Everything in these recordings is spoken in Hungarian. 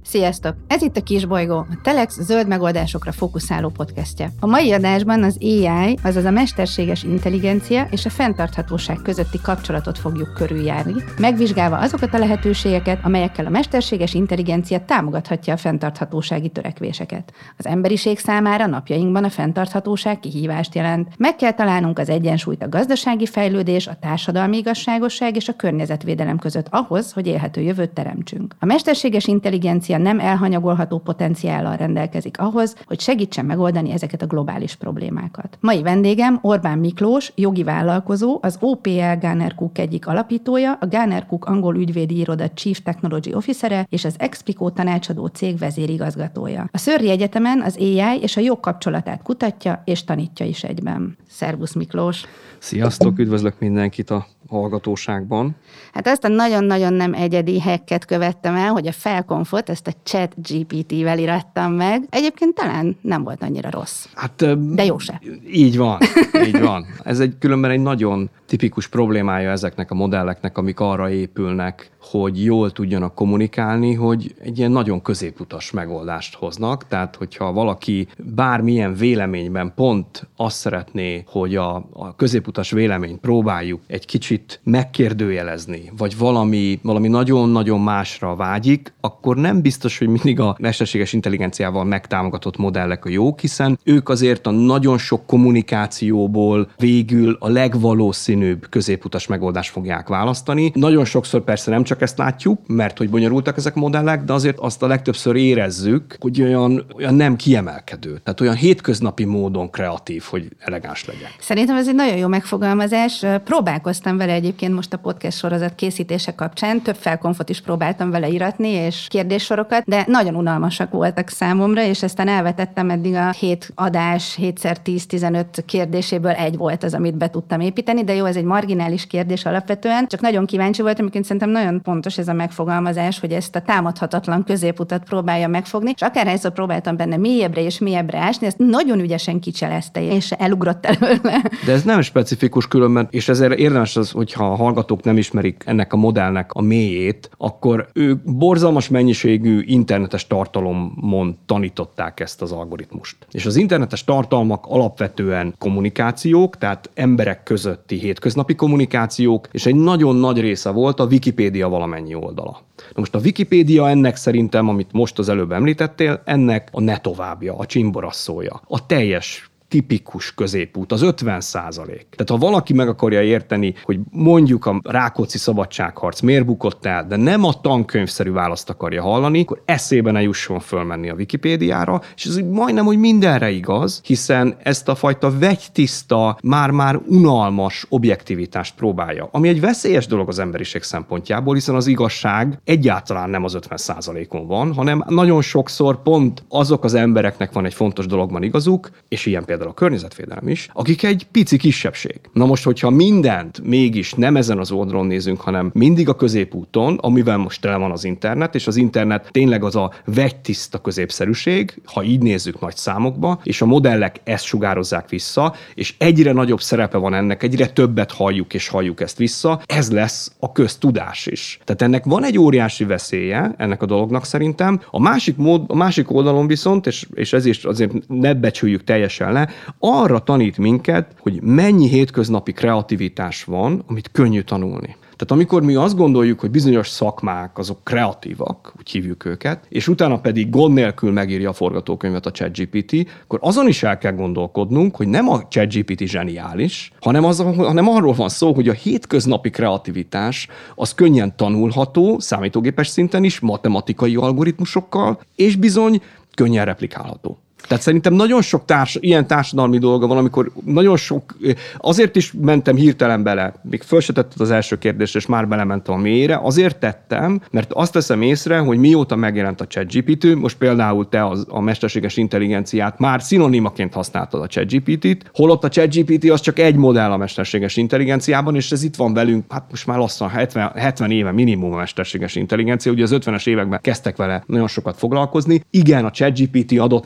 Sziasztok! Ez itt a Kisbolygó, a Telex zöld megoldásokra fókuszáló podcastje. A mai adásban az AI, azaz a mesterséges intelligencia és a fenntarthatóság közötti kapcsolatot fogjuk körüljárni, megvizsgálva azokat a lehetőségeket, amelyekkel a mesterséges intelligencia támogathatja a fenntarthatósági törekvéseket. Az emberiség számára napjainkban a fenntarthatóság kihívást jelent. Meg kell találnunk az egyensúlyt a gazdasági fejlődés, a társadalmi igazságosság és a környezetvédelem között ahhoz, hogy élhető jövőt teremtsünk. A mesterséges intelligencia nem elhanyagolható potenciállal rendelkezik ahhoz, hogy segítsen megoldani ezeket a globális problémákat. Mai vendégem Orbán Miklós, jogi vállalkozó, az OPL Garner Cook egyik alapítója, a Garner Cook angol ügyvédi iroda Chief Technology Officere és az Explico tanácsadó cég vezérigazgatója. A Szörri Egyetemen az AI és a jog kapcsolatát kutatja és tanítja is egyben. Szervusz Miklós! Sziasztok, üdvözlök mindenkit a hallgatóságban. Hát ezt a nagyon-nagyon nem egyedi hacket követtem el, hogy a felkonfot, ezt a ChatGPT-vel irattam meg. Egyébként talán nem volt annyira rossz. De jó se. Így van, így van. Ez különben egy nagyon tipikus problémája ezeknek a modelleknek, amik arra épülnek, hogy jól tudjanak kommunikálni, hogy egy ilyen nagyon középutas megoldást hoznak. Tehát, hogyha valaki bármilyen véleményben pont azt szeretné, hogy a középutas véleményt próbáljuk egy kicsit megkérdőjelezni, vagy valami nagyon-nagyon másra vágyik, akkor nem biztos, hogy mindig a mesterséges intelligenciával megtámogatott modellek a jók, hiszen ők azért a nagyon sok kommunikációból végül a legvalószínűbb középutas megoldást fogják választani. Nagyon sokszor persze nem csak ezt látjuk, mert hogy bonyolultak ezek a modellek, de azért azt a legtöbbször érezzük, hogy olyan nem kiemelkedő. Tehát olyan hétköznapi módon kreatív, hogy elegáns legyen. Szerintem ez egy nagyon jó megfogalmazás. Próbálkoztam vele egyébként most a podcast sorozat készítése kapcsán. Több felkonfot is próbáltam vele íratni, és kérdéssorokat, de nagyon unalmasak voltak számomra, és aztán elvetettem eddig a 7 adás, 7x10-15 kérdéséből egy volt az, amit be tudtam építeni, de jó, ez egy marginális kérdés alapvetően. Csak nagyon kíváncsi voltam, amikor szerintem nagyon pontos ez a megfogalmazás, hogy ezt a támadhatatlan középutat próbálja megfogni, és akárhányszor próbáltam benne mélyebbre és mélyebbre ásni, ezt nagyon ügyesen kicselezte, és elugrott előle. De ez nem specifikus különben, és ezért érdemes az, hogyha a hallgatók nem ismerik ennek a modellnek a mélyét, akkor ők borzalmas mennyiségű internetes tartalomon tanították ezt az algoritmust. És az internetes tartalmak alapvetően kommunikációk, tehát emberek közötti hétköznapi kommunikációk, és egy nagyon nagy része volt a Wikipédia valamennyi oldala. Na most a Wikipédia ennek szerintem, amit most az előbb említettél, ennek a ne továbbja, a csimborasszója, a teljes tipikus középút, az 50%. Tehát ha valaki meg akarja érteni, hogy mondjuk a Rákóczi szabadságharc miért bukott el, de nem a tankönyvszerű választ akarja hallani, akkor eszébe ne jusson fölmenni a Wikipédiára, és ez majdnem, hogy mindenre igaz, hiszen ezt a fajta vegytiszta, már-már unalmas objektivitást próbálja, ami egy veszélyes dolog az emberiség szempontjából, hiszen az igazság egyáltalán nem az 50%-on van, hanem nagyon sokszor pont azok az embereknek van egy fontos dologban igazuk, és ilyen például a környezetvédelem is, akik egy pici kisebbség. Na most, hogyha mindent mégis nem ezen az oldalon nézünk, hanem mindig a középúton, amivel most tele van az internet, és az internet tényleg az a vegytiszta középszerűség, ha így nézzük nagy számokba, és a modellek ezt sugározzák vissza, és egyre nagyobb szerepe van ennek, egyre többet halljuk és halljuk ezt vissza, ez lesz a köztudás is. Tehát ennek van egy óriási veszélye, ennek a dolognak szerintem. A másik oldalon viszont, és ez is azért ne becsüljük teljesen le, arra tanít minket, hogy mennyi hétköznapi kreativitás van, amit könnyű tanulni. Tehát amikor mi azt gondoljuk, hogy bizonyos szakmák azok kreatívak, úgy hívjuk őket, és utána pedig gond nélkül megírja a forgatókönyvet a ChatGPT, akkor azon is el kell gondolkodnunk, hogy nem a ChatGPT zseniális, hanem arról van szó, hogy a hétköznapi kreativitás az könnyen tanulható, számítógépes szinten is, matematikai algoritmusokkal, és bizony könnyen replikálható. Tehát szerintem nagyon sok ilyen társadalmi dolga van, amikor nagyon sok, azért is mentem hirtelen bele, még föl se tetted az első kérdést, és már belementem a mélyére, azért tettem, mert azt veszem észre, hogy mióta megjelent a ChatGPT, most például te a mesterséges intelligenciát már szinonimaként használtad a ChatGPT-t, holott a ChatGPT az csak egy modell a mesterséges intelligenciában, és ez itt van velünk, hát most már lassan 70 éve minimum a mesterséges intelligencia, ugye az 50-es években kezdtek vele nagyon sokat foglalkozni. Igen, a ChatGPT adott neki egy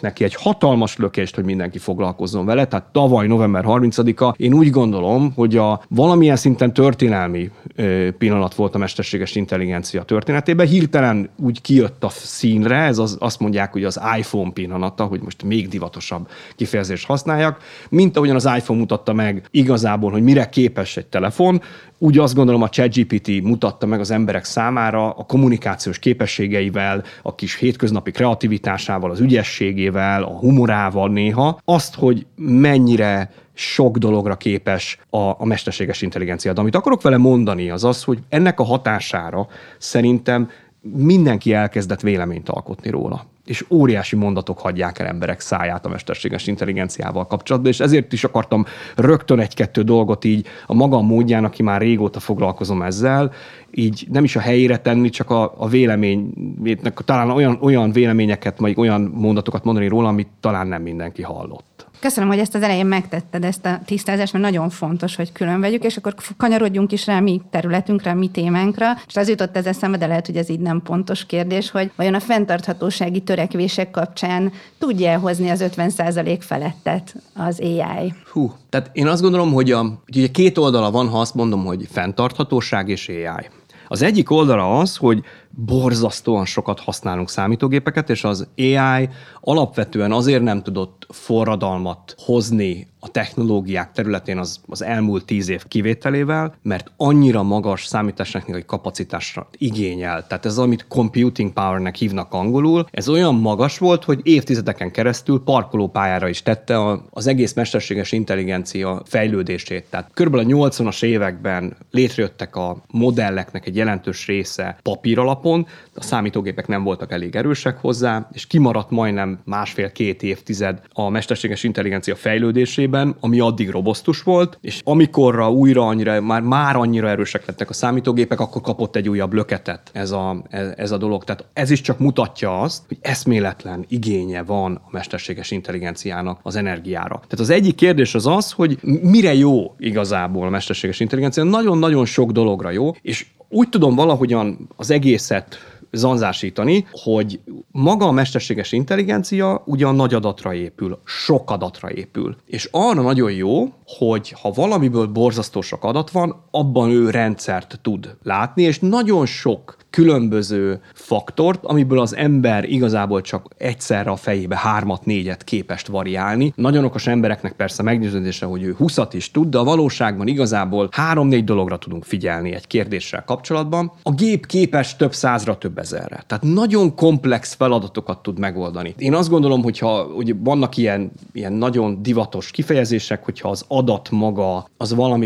hatalmas lökést, hogy mindenki foglalkozzon vele, tehát tavaly november 30-a én úgy gondolom, hogy a valamilyen szinten történelmi pillanat volt a mesterséges intelligencia történetében. Hirtelen úgy kijött a színre, ez azt mondják, hogy az iPhone pillanata, hogy most még divatosabb kifejezést használjak, mint ahogyan az iPhone mutatta meg igazából, hogy mire képes egy telefon, úgy azt gondolom, a ChatGPT mutatta meg az emberek számára a kommunikációs képességeivel, a kis hétköznapi kreativitásával, az ügyességével, a humorával néha, azt, hogy mennyire sok dologra képes a mesterséges intelligencia. De amit akarok vele mondani, az az, hogy ennek a hatására szerintem mindenki elkezdett véleményt alkotni róla. És óriási mondatok hagyják el emberek száját a mesterséges intelligenciával kapcsolatban, és ezért is akartam rögtön egy-kettő dolgot így a magam módján, aki már régóta foglalkozom ezzel, így nem is a helyére tenni, csak a véleménynek talán olyan véleményeket, vagy olyan mondatokat mondani róla, amit talán nem mindenki hallott. Köszönöm, hogy ezt az elején megtetted, ezt a tisztázást, mert nagyon fontos, hogy külön vegyük, és akkor kanyarodjunk is rá a mi területünkre, a mi témánkra. És az jutott ez eszembe, de lehet, hogy ez így nem pontos kérdés, hogy vajon a fenntarthatósági törekvések kapcsán tudja hozni az 50% felettet az AI? Tehát én azt gondolom, hogy ugye két oldala van, ha azt mondom, hogy fenntarthatóság és AI. Az egyik oldala az, hogy borzasztóan sokat használunk számítógépeket, és az AI alapvetően azért nem tudott forradalmat hozni a technológiák területén az elmúlt 10 év kivételével, mert annyira magas számítástechnikai kapacitásra igényel. Tehát ez, amit computing powernek hívnak angolul, ez olyan magas volt, hogy évtizedeken keresztül parkolópályára is tette az egész mesterséges intelligencia fejlődését. Tehát körülbelül a 80-as években létrejöttek a modelleknek egy jelentős része papír alapon, a számítógépek nem voltak elég erősek hozzá, és kimaradt majdnem 1,5-2 évtized a mesterséges intelligencia fejlődésében, ami addig robosztus volt, és amikorra újra már annyira erősek lettek a számítógépek, akkor kapott egy újabb löketet ez a dolog. Tehát ez is csak mutatja azt, hogy eszméletlen igénye van a mesterséges intelligenciának az energiára. Tehát az egyik kérdés az, hogy mire jó igazából a mesterséges intelligencia? Nagyon-nagyon sok dologra jó, és úgy tudom valahogyan az egészet zanzásítani, hogy maga a mesterséges intelligencia ugyan nagy adatra épül, sok adatra épül. És arra nagyon jó, hogy ha valamiből borzasztó sok adat van, abban ő rendszert tud látni, és nagyon sok különböző faktort, amiből az ember igazából csak egyszerre a fejébe 3-4 képes variálni. Nagyon okos embereknek persze meggyőződése, hogy ő 20 is tud, de a valóságban igazából 3-4 dologra tudunk figyelni egy kérdéssel kapcsolatban. A gép képes több százra, több ezerre. Tehát nagyon komplex feladatokat tud megoldani. Én azt gondolom, hogy vannak ilyen nagyon divatos kifejezések, hogyha az adat maga az valami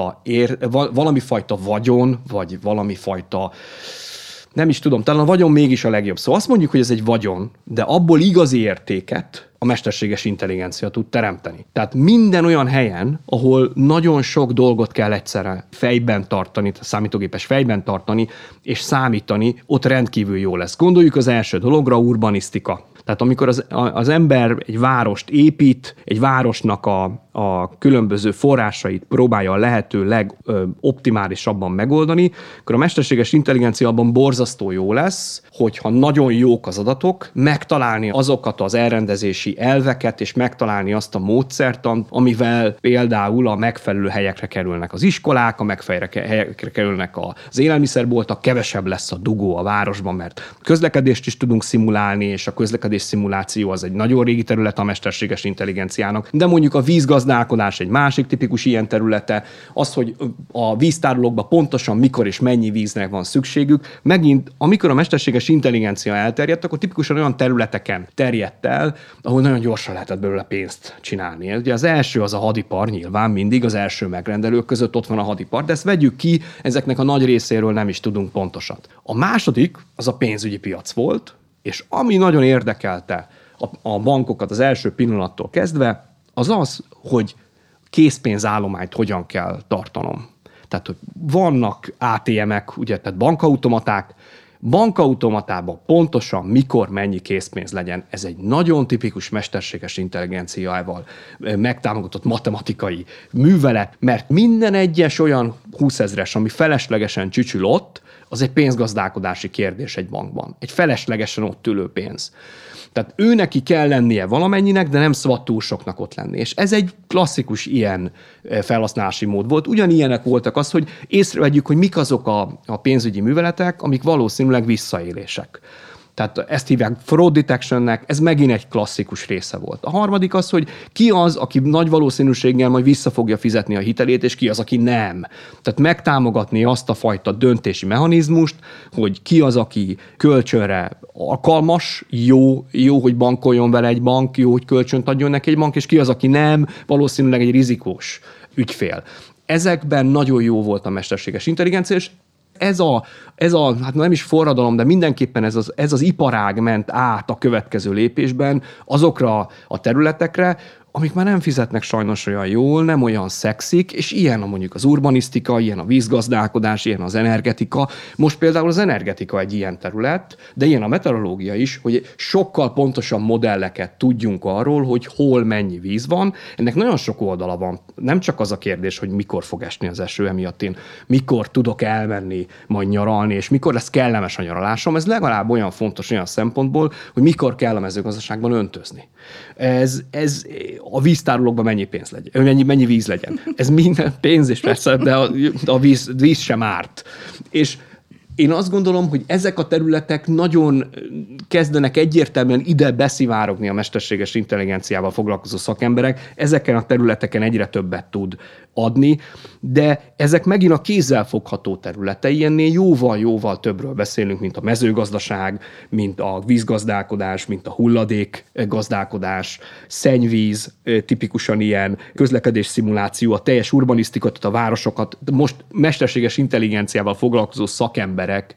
fajta vagyon, vagy valami fajta nem is tudom, talán a vagyon mégis a legjobb. Szóval azt mondjuk, hogy ez egy vagyon, de abból igazi értéket a mesterséges intelligencia tud teremteni. Tehát minden olyan helyen, ahol nagyon sok dolgot kell egyszerre fejben tartani, a számítógépes fejben tartani és számítani, ott rendkívül jó lesz. Gondoljuk az első dologra, urbanisztika. Tehát amikor az ember egy várost épít, egy városnak a különböző forrásait próbálja a lehető legoptimálisabban megoldani, akkor a mesterséges intelligencia abban borzasztó jó lesz, hogyha nagyon jók az adatok, megtalálni azokat az elrendezési elveket, és megtalálni azt a módszertant, amivel például a megfelelő helyekre kerülnek az iskolák, a megfelelő helyekre kerülnek az élelmiszerboltok, kevesebb lesz a dugó a városban, mert közlekedést is tudunk szimulálni, és a közlekedés szimuláció az egy nagyon régi terület a mesterséges intelligenciának, de mondjuk a vízgazdálkodás egy másik tipikus ilyen területe, az, hogy a víztárolókban pontosan mikor és mennyi víznek van szükségük. Megint, amikor a mesterséges intelligencia elterjedt, akkor tipikusan olyan területeken terjedt el, ahol nagyon gyorsan lehetett belőle pénzt csinálni. Ugye az első az a hadipar, nyilván mindig az első megrendelők között ott van a hadipar, de ezt vegyük ki, ezeknek a nagy részéről nem is tudunk pontosat. A második az a pénzügyi piac volt, és ami nagyon érdekelte a bankokat az első pillanattól kezdve, az, hogy készpénzállományt hogyan kell tartanom. Tehát, hogy vannak ATM-ek, ugye, tehát bankautomatában pontosan mikor mennyi készpénz legyen. Ez egy nagyon tipikus mesterséges intelligenciával megtámogatott matematikai művelet, mert minden egyes olyan 20 000-es, ami feleslegesen csücsül ott, az egy pénzgazdálkodási kérdés egy bankban. Egy feleslegesen ott ülő pénz. Tehát őneki kell lennie valamennyinek, de nem szabad túl soknak ott lenni. És ez egy klasszikus ilyen felhasználási mód volt. Ugyanilyenek voltak az, hogy észrevegyük, hogy mik azok a pénzügyi műveletek, amik valószínűleg visszaélések. Tehát ezt hívják fraud detectionnek, ez megint egy klasszikus része volt. A harmadik az, hogy ki az, aki nagy valószínűséggel majd vissza fogja fizetni a hitelét, és ki az, aki nem. Tehát megtámogatni azt a fajta döntési mechanizmust, hogy ki az, aki kölcsönre alkalmas, jó, hogy bankoljon vele egy bank, jó, hogy kölcsönt adjon neki egy bank, és ki az, aki nem, valószínűleg egy rizikós ügyfél. Ezekben nagyon jó volt a mesterséges intelligencia, és ez a, hát nem is forradalom, de mindenképpen ez az iparág ment át a következő lépésben azokra a területekre, amik már nem fizetnek sajnos olyan jól, nem olyan szexik, és ilyen mondjuk az urbanisztika, ilyen a vízgazdálkodás, ilyen az energetika. Most például az energetika egy ilyen terület, de ilyen a meteorológia is, hogy sokkal pontosabb modelleket tudjunk arról, hogy hol mennyi víz van. Ennek nagyon sok oldala van. Nem csak az a kérdés, hogy mikor fog esni az eső, emiatt én mikor tudok elmenni majd nyaralni, és mikor lesz kellemes a nyaralásom. Ez legalább olyan fontos olyan szempontból, hogy mikor kell a mezőgazdaságban öntözni. Ez a víztárolókban mennyi pénz legyen, mennyi víz legyen. Ez minden pénz is persze, de a víz sem árt. És én azt gondolom, hogy ezek a területek nagyon kezdenek egyértelműen ide beszivárogni a mesterséges intelligenciával foglalkozó szakemberek, ezeken a területeken egyre többet tud adni, de ezek megint a kézzelfogható területei, ennél jóval többről beszélünk, mint a mezőgazdaság, mint a vízgazdálkodás, mint a hulladékgazdálkodás, szennyvíz, tipikusan ilyen közlekedés szimuláció, a teljes urbanisztika, tehát a városokat, most mesterséges intelligenciával foglalkozó szakemberek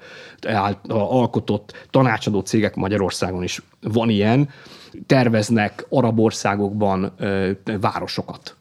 alkotott tanácsadó cégek Magyarországon is van ilyen, terveznek arab országokban városokat.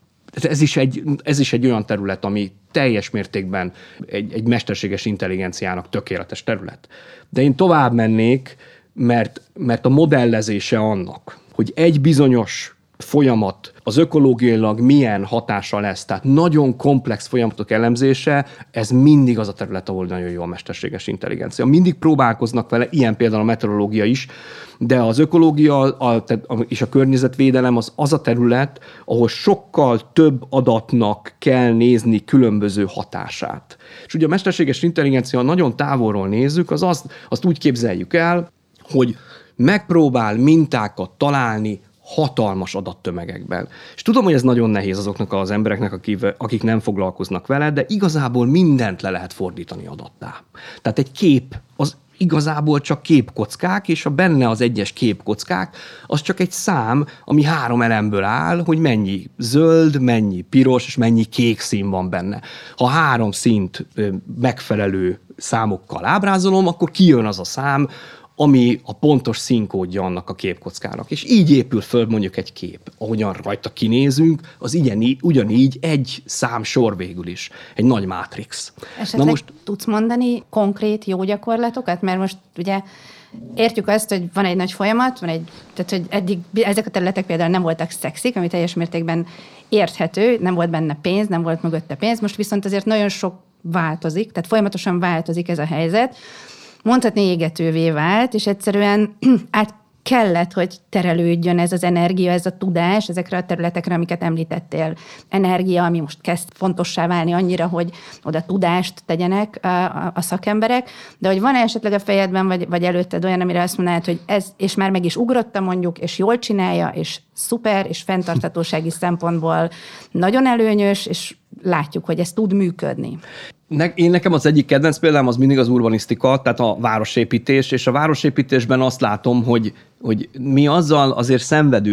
Ez is egy olyan terület, ami teljes mértékben egy mesterséges intelligenciának tökéletes terület. De én tovább mennék, mert a modellezése annak, hogy egy bizonyos folyamat az ökológiailag milyen hatása lesz, tehát nagyon komplex folyamatok elemzése, ez mindig az a terület, ahol nagyon jó a mesterséges intelligencia. Mindig próbálkoznak vele, ilyen például a meteorológia is, de az ökológia és a környezetvédelem az a terület, ahol sokkal több adatnak kell nézni különböző hatását. És ugye a mesterséges intelligencia nagyon távolról nézzük, azt úgy képzeljük el, hogy megpróbál mintákat találni hatalmas adattömegekben. És tudom, hogy ez nagyon nehéz azoknak az embereknek, akik nem foglalkoznak vele, de igazából mindent le lehet fordítani adattá. Tehát egy kép az igazából csak képkockák, és a benne az egyes képkockák, az csak egy szám, ami 3 elemből áll, hogy mennyi zöld, mennyi piros, és mennyi kék szín van benne. Ha 3 színt megfelelő számokkal ábrázolom, akkor kijön az a szám, ami a pontos színkódja annak a képkockának. És így épül föl mondjuk egy kép. Ahogyan rajta kinézünk, az ugyanígy egy számsor végül is. Egy nagy mátrix. Esetleg most tudsz mondani konkrét jó gyakorlatokat? Mert most ugye értjük azt, hogy van egy nagy folyamat, tehát hogy eddig ezek a területek például nem voltak szexik, ami teljes mértékben érthető, nem volt benne pénz, nem volt mögötte pénz, most viszont azért nagyon sok változik, tehát folyamatosan változik ez a helyzet. Mondhatni égetővé vált, és egyszerűen át kellett, hogy terelődjön ez az energia, ez a tudás ezekre a területekre, amiket említettél. Energia, ami most kezd fontossá válni annyira, hogy oda tudást tegyenek a szakemberek, de hogy van esetleg a fejedben, vagy előtted olyan, amire azt mondanád, hogy ez, és már meg is ugrotta mondjuk, és jól csinálja, és szuper, és fenntarthatósági szempontból nagyon előnyös, és látjuk, hogy ez tud működni. Nekem az egyik kedvenc példám az mindig az urbanisztika, tehát a városépítés, és a városépítésben azt látom, hogy mi azzal azért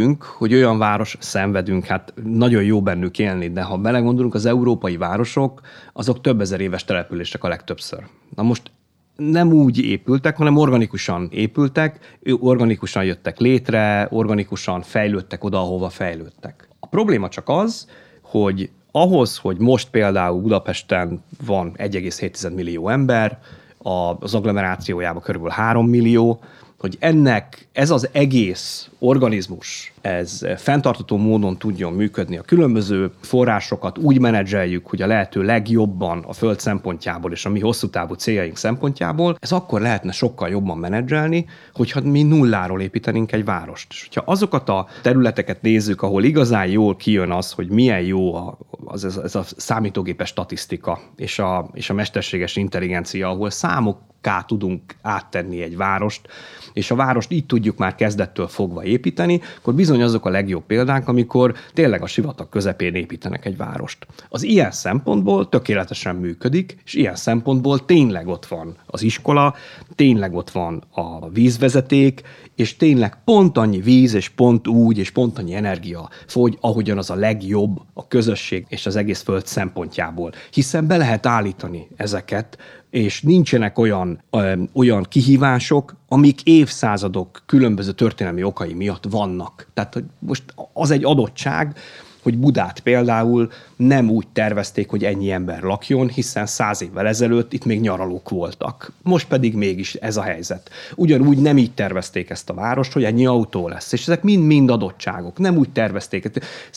szenvedünk, hát nagyon jó bennük élni, de ha belegondolunk, az európai városok, azok több ezer éves települések a legtöbbször. Na most nem úgy épültek, hanem organikusan épültek, organikusan jöttek létre, organikusan fejlődtek oda, ahova fejlődtek. A probléma csak az, hogy ahhoz, hogy most például Budapesten van 1,7 millió ember, az agglomerációjában körülbelül 3 millió, hogy ez az egész organizmus, ez fenntartható módon tudjon működni, a különböző forrásokat úgy menedzseljük, hogy a lehető legjobban a Föld szempontjából és a mi hosszú távú céljaink szempontjából, ez akkor lehetne sokkal jobban menedzselni, hogyha mi nulláról építenénk egy várost. És hogyha azokat a területeket nézzük, ahol igazán jól kijön az, hogy milyen jó ez a számítógépes statisztika és a mesterséges intelligencia, ahol számokká tudunk áttenni egy várost, és a várost így tudjuk már kezdettől fogva építeni, akkor bizony azok a legjobb példák, amikor tényleg a sivatag közepén építenek egy várost. Az ilyen szempontból tökéletesen működik, és ilyen szempontból tényleg ott van az iskola, tényleg ott van a vízvezeték, és tényleg pont annyi víz, és pont úgy, és pont annyi energia fogy, ahogyan az a legjobb a közösség és az egész Föld szempontjából. Hiszen be lehet állítani ezeket, és nincsenek olyan kihívások, amik évszázadok különböző történelmi okai miatt vannak. Tehát hogy most az egy adottság, hogy Budát például nem úgy tervezték, hogy ennyi ember lakjon, hiszen 100 évvel ezelőtt itt még nyaralók voltak. Most pedig mégis ez a helyzet. Ugyanúgy nem így tervezték ezt a várost, hogy ennyi autó lesz. És ezek mind adottságok. Nem úgy tervezték.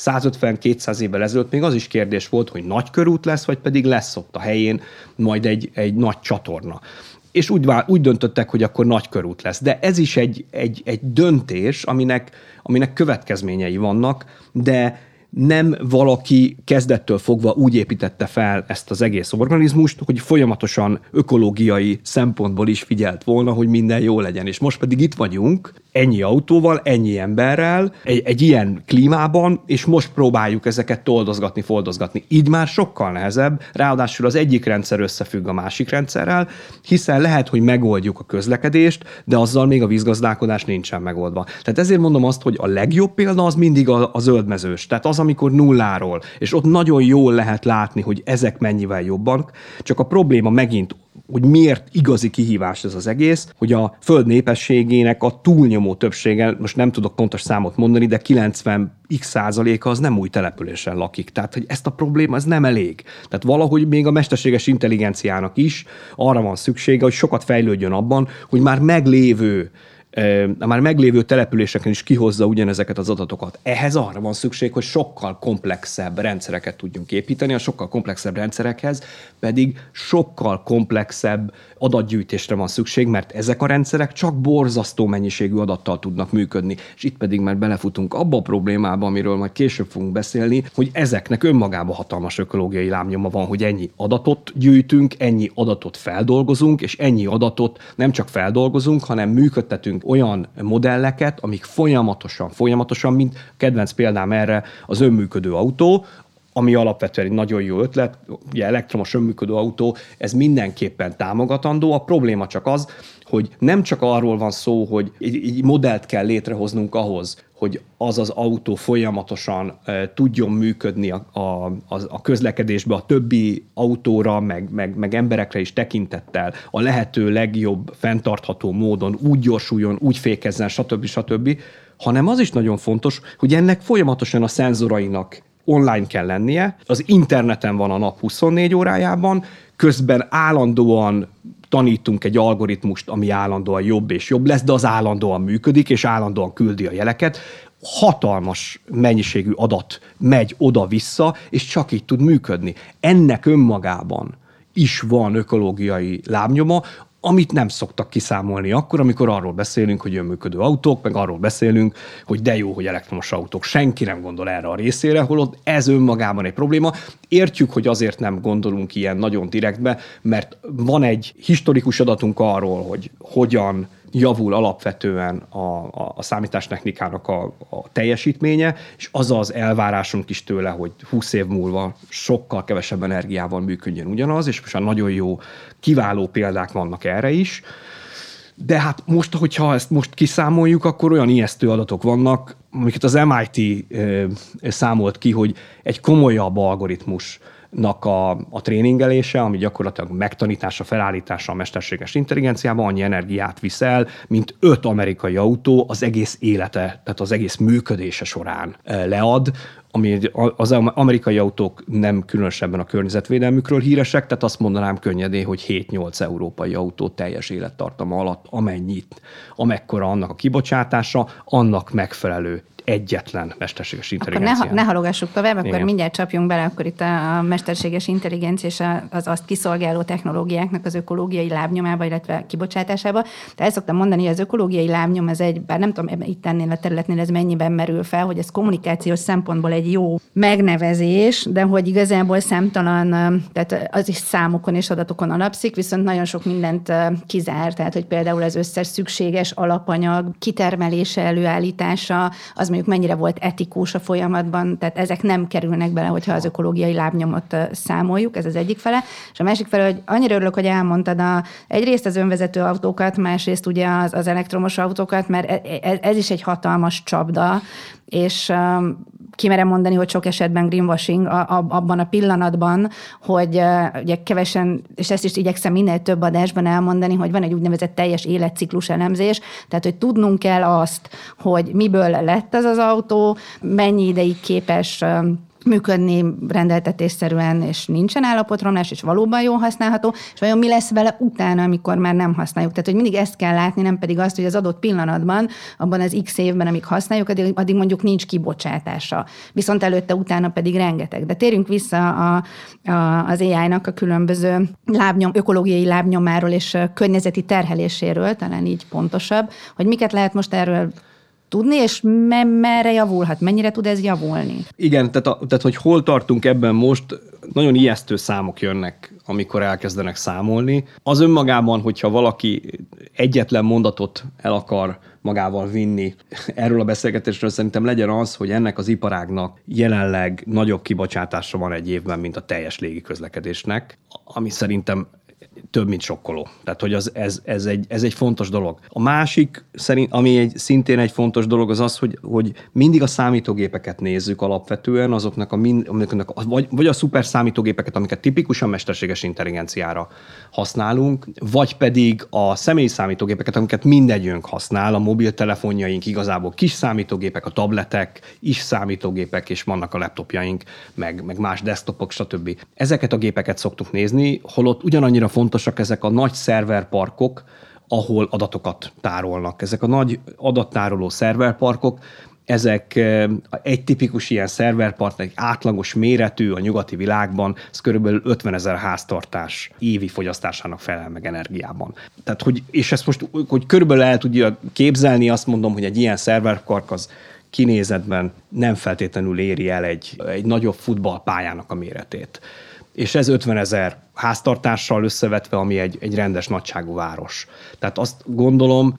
150-200 évvel ezelőtt még az is kérdés volt, hogy nagy körút lesz, vagy pedig lesz ott a helyén majd egy nagy csatorna. És úgy döntöttek, hogy akkor nagy körút lesz. De ez is egy döntés, aminek következményei vannak, de nem valaki kezdettől fogva úgy építette fel ezt az egész organizmust, hogy folyamatosan ökológiai szempontból is figyelt volna, hogy minden jó legyen. És most pedig itt vagyunk, ennyi autóval, ennyi emberrel, egy ilyen klímában, és most próbáljuk ezeket toldozgatni, foldozgatni. Így már sokkal nehezebb, ráadásul az egyik rendszer összefügg a másik rendszerrel, hiszen lehet, hogy megoldjuk a közlekedést, de azzal még a vízgazdálkodás nincsen megoldva. Tehát ezért mondom azt, hogy a legjobb példa az mindig a zöldmezős. Tehát az, amikor nulláról, és ott nagyon jól lehet látni, hogy ezek mennyivel jobban, csak a probléma megint, hogy miért igazi kihívás ez az egész, hogy a Föld népességének a túlnyomó többsége, most nem tudok pontos számot mondani, de 90% az nem új településen lakik. Tehát, hogy ezt a probléma, ez nem elég. Tehát valahogy még a mesterséges intelligenciának is arra van szüksége, hogy sokat fejlődjön abban, hogy már meglévő településeken is kihozza ugyanezeket az adatokat. Ehhez arra van szükség, hogy sokkal komplexebb rendszereket tudjunk építeni, a sokkal komplexebb rendszerekhez pedig sokkal komplexebb adatgyűjtésre van szükség, mert ezek a rendszerek csak borzasztó mennyiségű adattal tudnak működni. És itt pedig már belefutunk abba a problémába, amiről majd később fogunk beszélni, hogy ezeknek önmagában hatalmas ökológiai lábnyoma van, hogy ennyi adatot gyűjtünk, ennyi adatot feldolgozunk, és ennyi adatot nem csak feldolgozunk, hanem működtetünk olyan modelleket, amik folyamatosan, mint kedvenc példám erre az önműködő autó, ami alapvetően egy nagyon jó ötlet, ugye elektromos önműködő autó, ez mindenképpen támogatandó. A probléma csak az, hogy nem csak arról van szó, hogy egy modellt kell létrehoznunk ahhoz, hogy az az autó folyamatosan tudjon működni a közlekedésbe, a többi autóra, meg emberekre is tekintettel, a lehető legjobb, fenntartható módon úgy gyorsuljon, úgy fékezzen, stb., hanem az is nagyon fontos, hogy ennek folyamatosan a szenzorainak online kell lennie, az interneten van a nap 24 órájában, közben állandóan tanítunk egy algoritmust, ami állandóan jobb és jobb lesz, de az állandóan működik, és állandóan küldi a jeleket. Hatalmas mennyiségű adat megy oda-vissza, és csak így tud működni. Ennek önmagában is van ökológiai lábnyoma, amit nem szoktak kiszámolni akkor, amikor arról beszélünk, hogy önműködő autók, meg arról beszélünk, hogy de jó, hogy elektromos autók. Senki nem gondol erre a részére, holott ez önmagában egy probléma. Értjük, hogy azért nem gondolunk ilyen nagyon direktbe, mert van egy historikus adatunk arról, hogy hogyan javul alapvetően a számítástechnikának a teljesítménye, és az az elvárásunk is tőle, hogy 20 év múlva sokkal kevesebb energiával működjön ugyanaz, és most már nagyon jó, kiváló példák vannak erre is. De hát most, hogyha ezt most kiszámoljuk, akkor olyan ijesztő adatok vannak, amiket az MIT számolt ki, hogy egy komolyabb algoritmus a tréningelése, ami gyakorlatilag megtanítása, felállítása a mesterséges intelligenciában annyi energiát visz el, mint 5 amerikai autó az egész élete, tehát az egész működése során lead, ami az amerikai autók nem különösebben a környezetvédelmükről híresek, tehát azt mondanám könnyedén, hogy 7-8 európai autó teljes élettartama alatt amekkora annak a kibocsátása, annak megfelelő egyetlen mesterséges intelligencia. Akkor ne halogassuk tovább, akkor mindjárt csapjunk bele akkor itt a mesterséges intelligencia és az azt kiszolgáló technológiáknak az ökológiai lábnyomába, illetve kibocsátásába. De el szoktam mondani, hogy az ökológiai lábnyom bár nem tudom, itt ennél a területnél ez mennyiben merül fel, hogy ez kommunikációs szempontból egy jó megnevezés, de hogy igazából számtalan, tehát az is számokon és adatokon alapszik, viszont nagyon sok mindent kizár, tehát hogy például az összes szükséges alapanyag kitermelése, előállítása, az mondjuk mennyire volt etikus a folyamatban, tehát ezek nem kerülnek bele, hogyha az ökológiai lábnyomot számoljuk, ez az egyik fele. És a másik fele, hogy annyira örülök, hogy elmondtad egyrészt az önvezető autókat, másrészt ugye az elektromos autókat, mert ez is egy hatalmas csapda, és kimerem mondani, hogy sok esetben greenwashing abban a pillanatban, hogy ugye kevesen, és ezt is igyekszem minél több adásban elmondani, hogy van egy úgynevezett teljes életciklus elemzés, tehát hogy tudnunk kell azt, hogy miből lett az autó, mennyi ideig képes működni rendeltetésszerűen, és nincsen állapotromlás, és valóban jól használható, és vajon mi lesz vele utána, amikor már nem használjuk. Tehát, hogy mindig ezt kell látni, nem pedig azt, hogy az adott pillanatban, abban az x évben, amíg használjuk, addig mondjuk nincs kibocsátása. Viszont előtte, utána pedig rengeteg. De térjünk vissza az AI-nak a különböző ökológiai lábnyomáról és környezeti terheléséről, talán így pontosabb, hogy miket lehet most erről tudni, és merre javulhat? Mennyire tud ez javulni? Igen, tehát hogy hol tartunk ebben most, nagyon ijesztő számok jönnek, amikor elkezdenek számolni. Az önmagában, hogyha valaki egyetlen mondatot el akar magával vinni erről a beszélgetésről, szerintem legyen az, hogy ennek az iparágnak jelenleg nagyobb kibocsátása van egy évben, mint a teljes légiközlekedésnek, ami szerintem több, mint sokkoló. Tehát, hogy ez egy fontos dolog. A másik, ami szintén egy fontos dolog, az az, hogy mindig a számítógépeket nézzük alapvetően, azoknak vagy a szuper számítógépeket, amiket tipikusan mesterséges intelligenciára használunk, vagy pedig a személyi számítógépeket, amiket mindegyünk használ, a mobiltelefonjaink igazából kis számítógépek, a tabletek is számítógépek, és vannak a laptopjaink, meg más desktopok, stb. Ezeket a gépeket szoktuk nézni, holott ugyanannyira fontosak ezek a nagy szerverparkok, ahol adatokat tárolnak. Ezek a nagy adattároló szerverparkok, ezek egy tipikus ilyen szerverpark, egy átlagos méretű a nyugati világban, ez körülbelül 50 000 háztartás évi fogyasztásának felel meg energiában. Tehát, és ezt most, hogy körülbelül el tudja képzelni, azt mondom, hogy egy ilyen szerverpark az kinézetben nem feltétlenül éri el egy nagyobb futballpályának a méretét. És ez 50 000 háztartással összevetve, ami egy rendes nagyságú város. Tehát azt gondolom,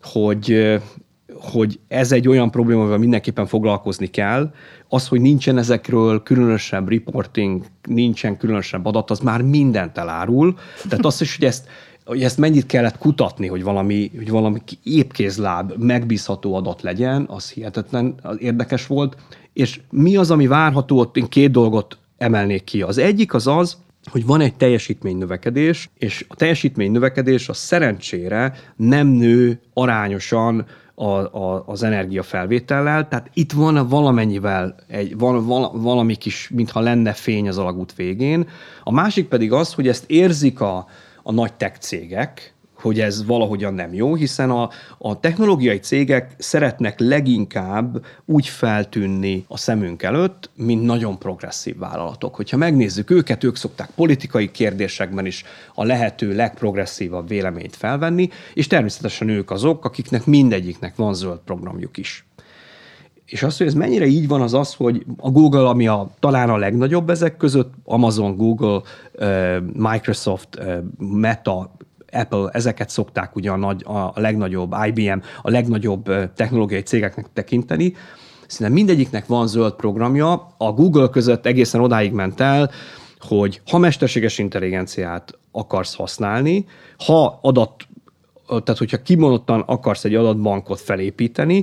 hogy ez egy olyan probléma, amivel mindenképpen foglalkozni kell. Az, hogy nincsen ezekről különösebb reporting, nincsen különösebb adat, az már mindent elárul. Tehát az is, hogy ezt mennyit kellett kutatni, hogy valami épkézláb, megbízható adat legyen, az hihetetlen érdekes volt. És mi az, ami várható, ott én két dolgot emelnék ki. Az egyik az, hogy van egy teljesítménynövekedés, és a teljesítménynövekedés a szerencsére nem nő arányosan az energiafelvétellel, tehát itt van valamennyivel, valami kis, mintha lenne fény az alagút végén. A másik pedig az, hogy ezt érzik a nagy tech cégek, hogy ez valahogyan nem jó, hiszen a technológiai cégek szeretnek leginkább úgy feltűnni a szemünk előtt, mint nagyon progresszív vállalatok. Hogyha megnézzük őket, ők szokták politikai kérdésekben is a lehető legprogresszívabb véleményt felvenni, és természetesen ők azok, akiknek mindegyiknek van zöld programjuk is. És az, hogy ez mennyire így van, az, hogy a Google, ami talán a legnagyobb ezek között, Amazon, Google, Microsoft, Meta, Apple, ezeket szokták ugye a legnagyobb, IBM, a legnagyobb technológiai cégeknek tekinteni. Szinte mindegyiknek van zöld programja. A Google között egészen odáig ment el, hogy ha mesterséges intelligenciát akarsz használni, tehát hogyha kimondottan akarsz egy adatbankot felépíteni,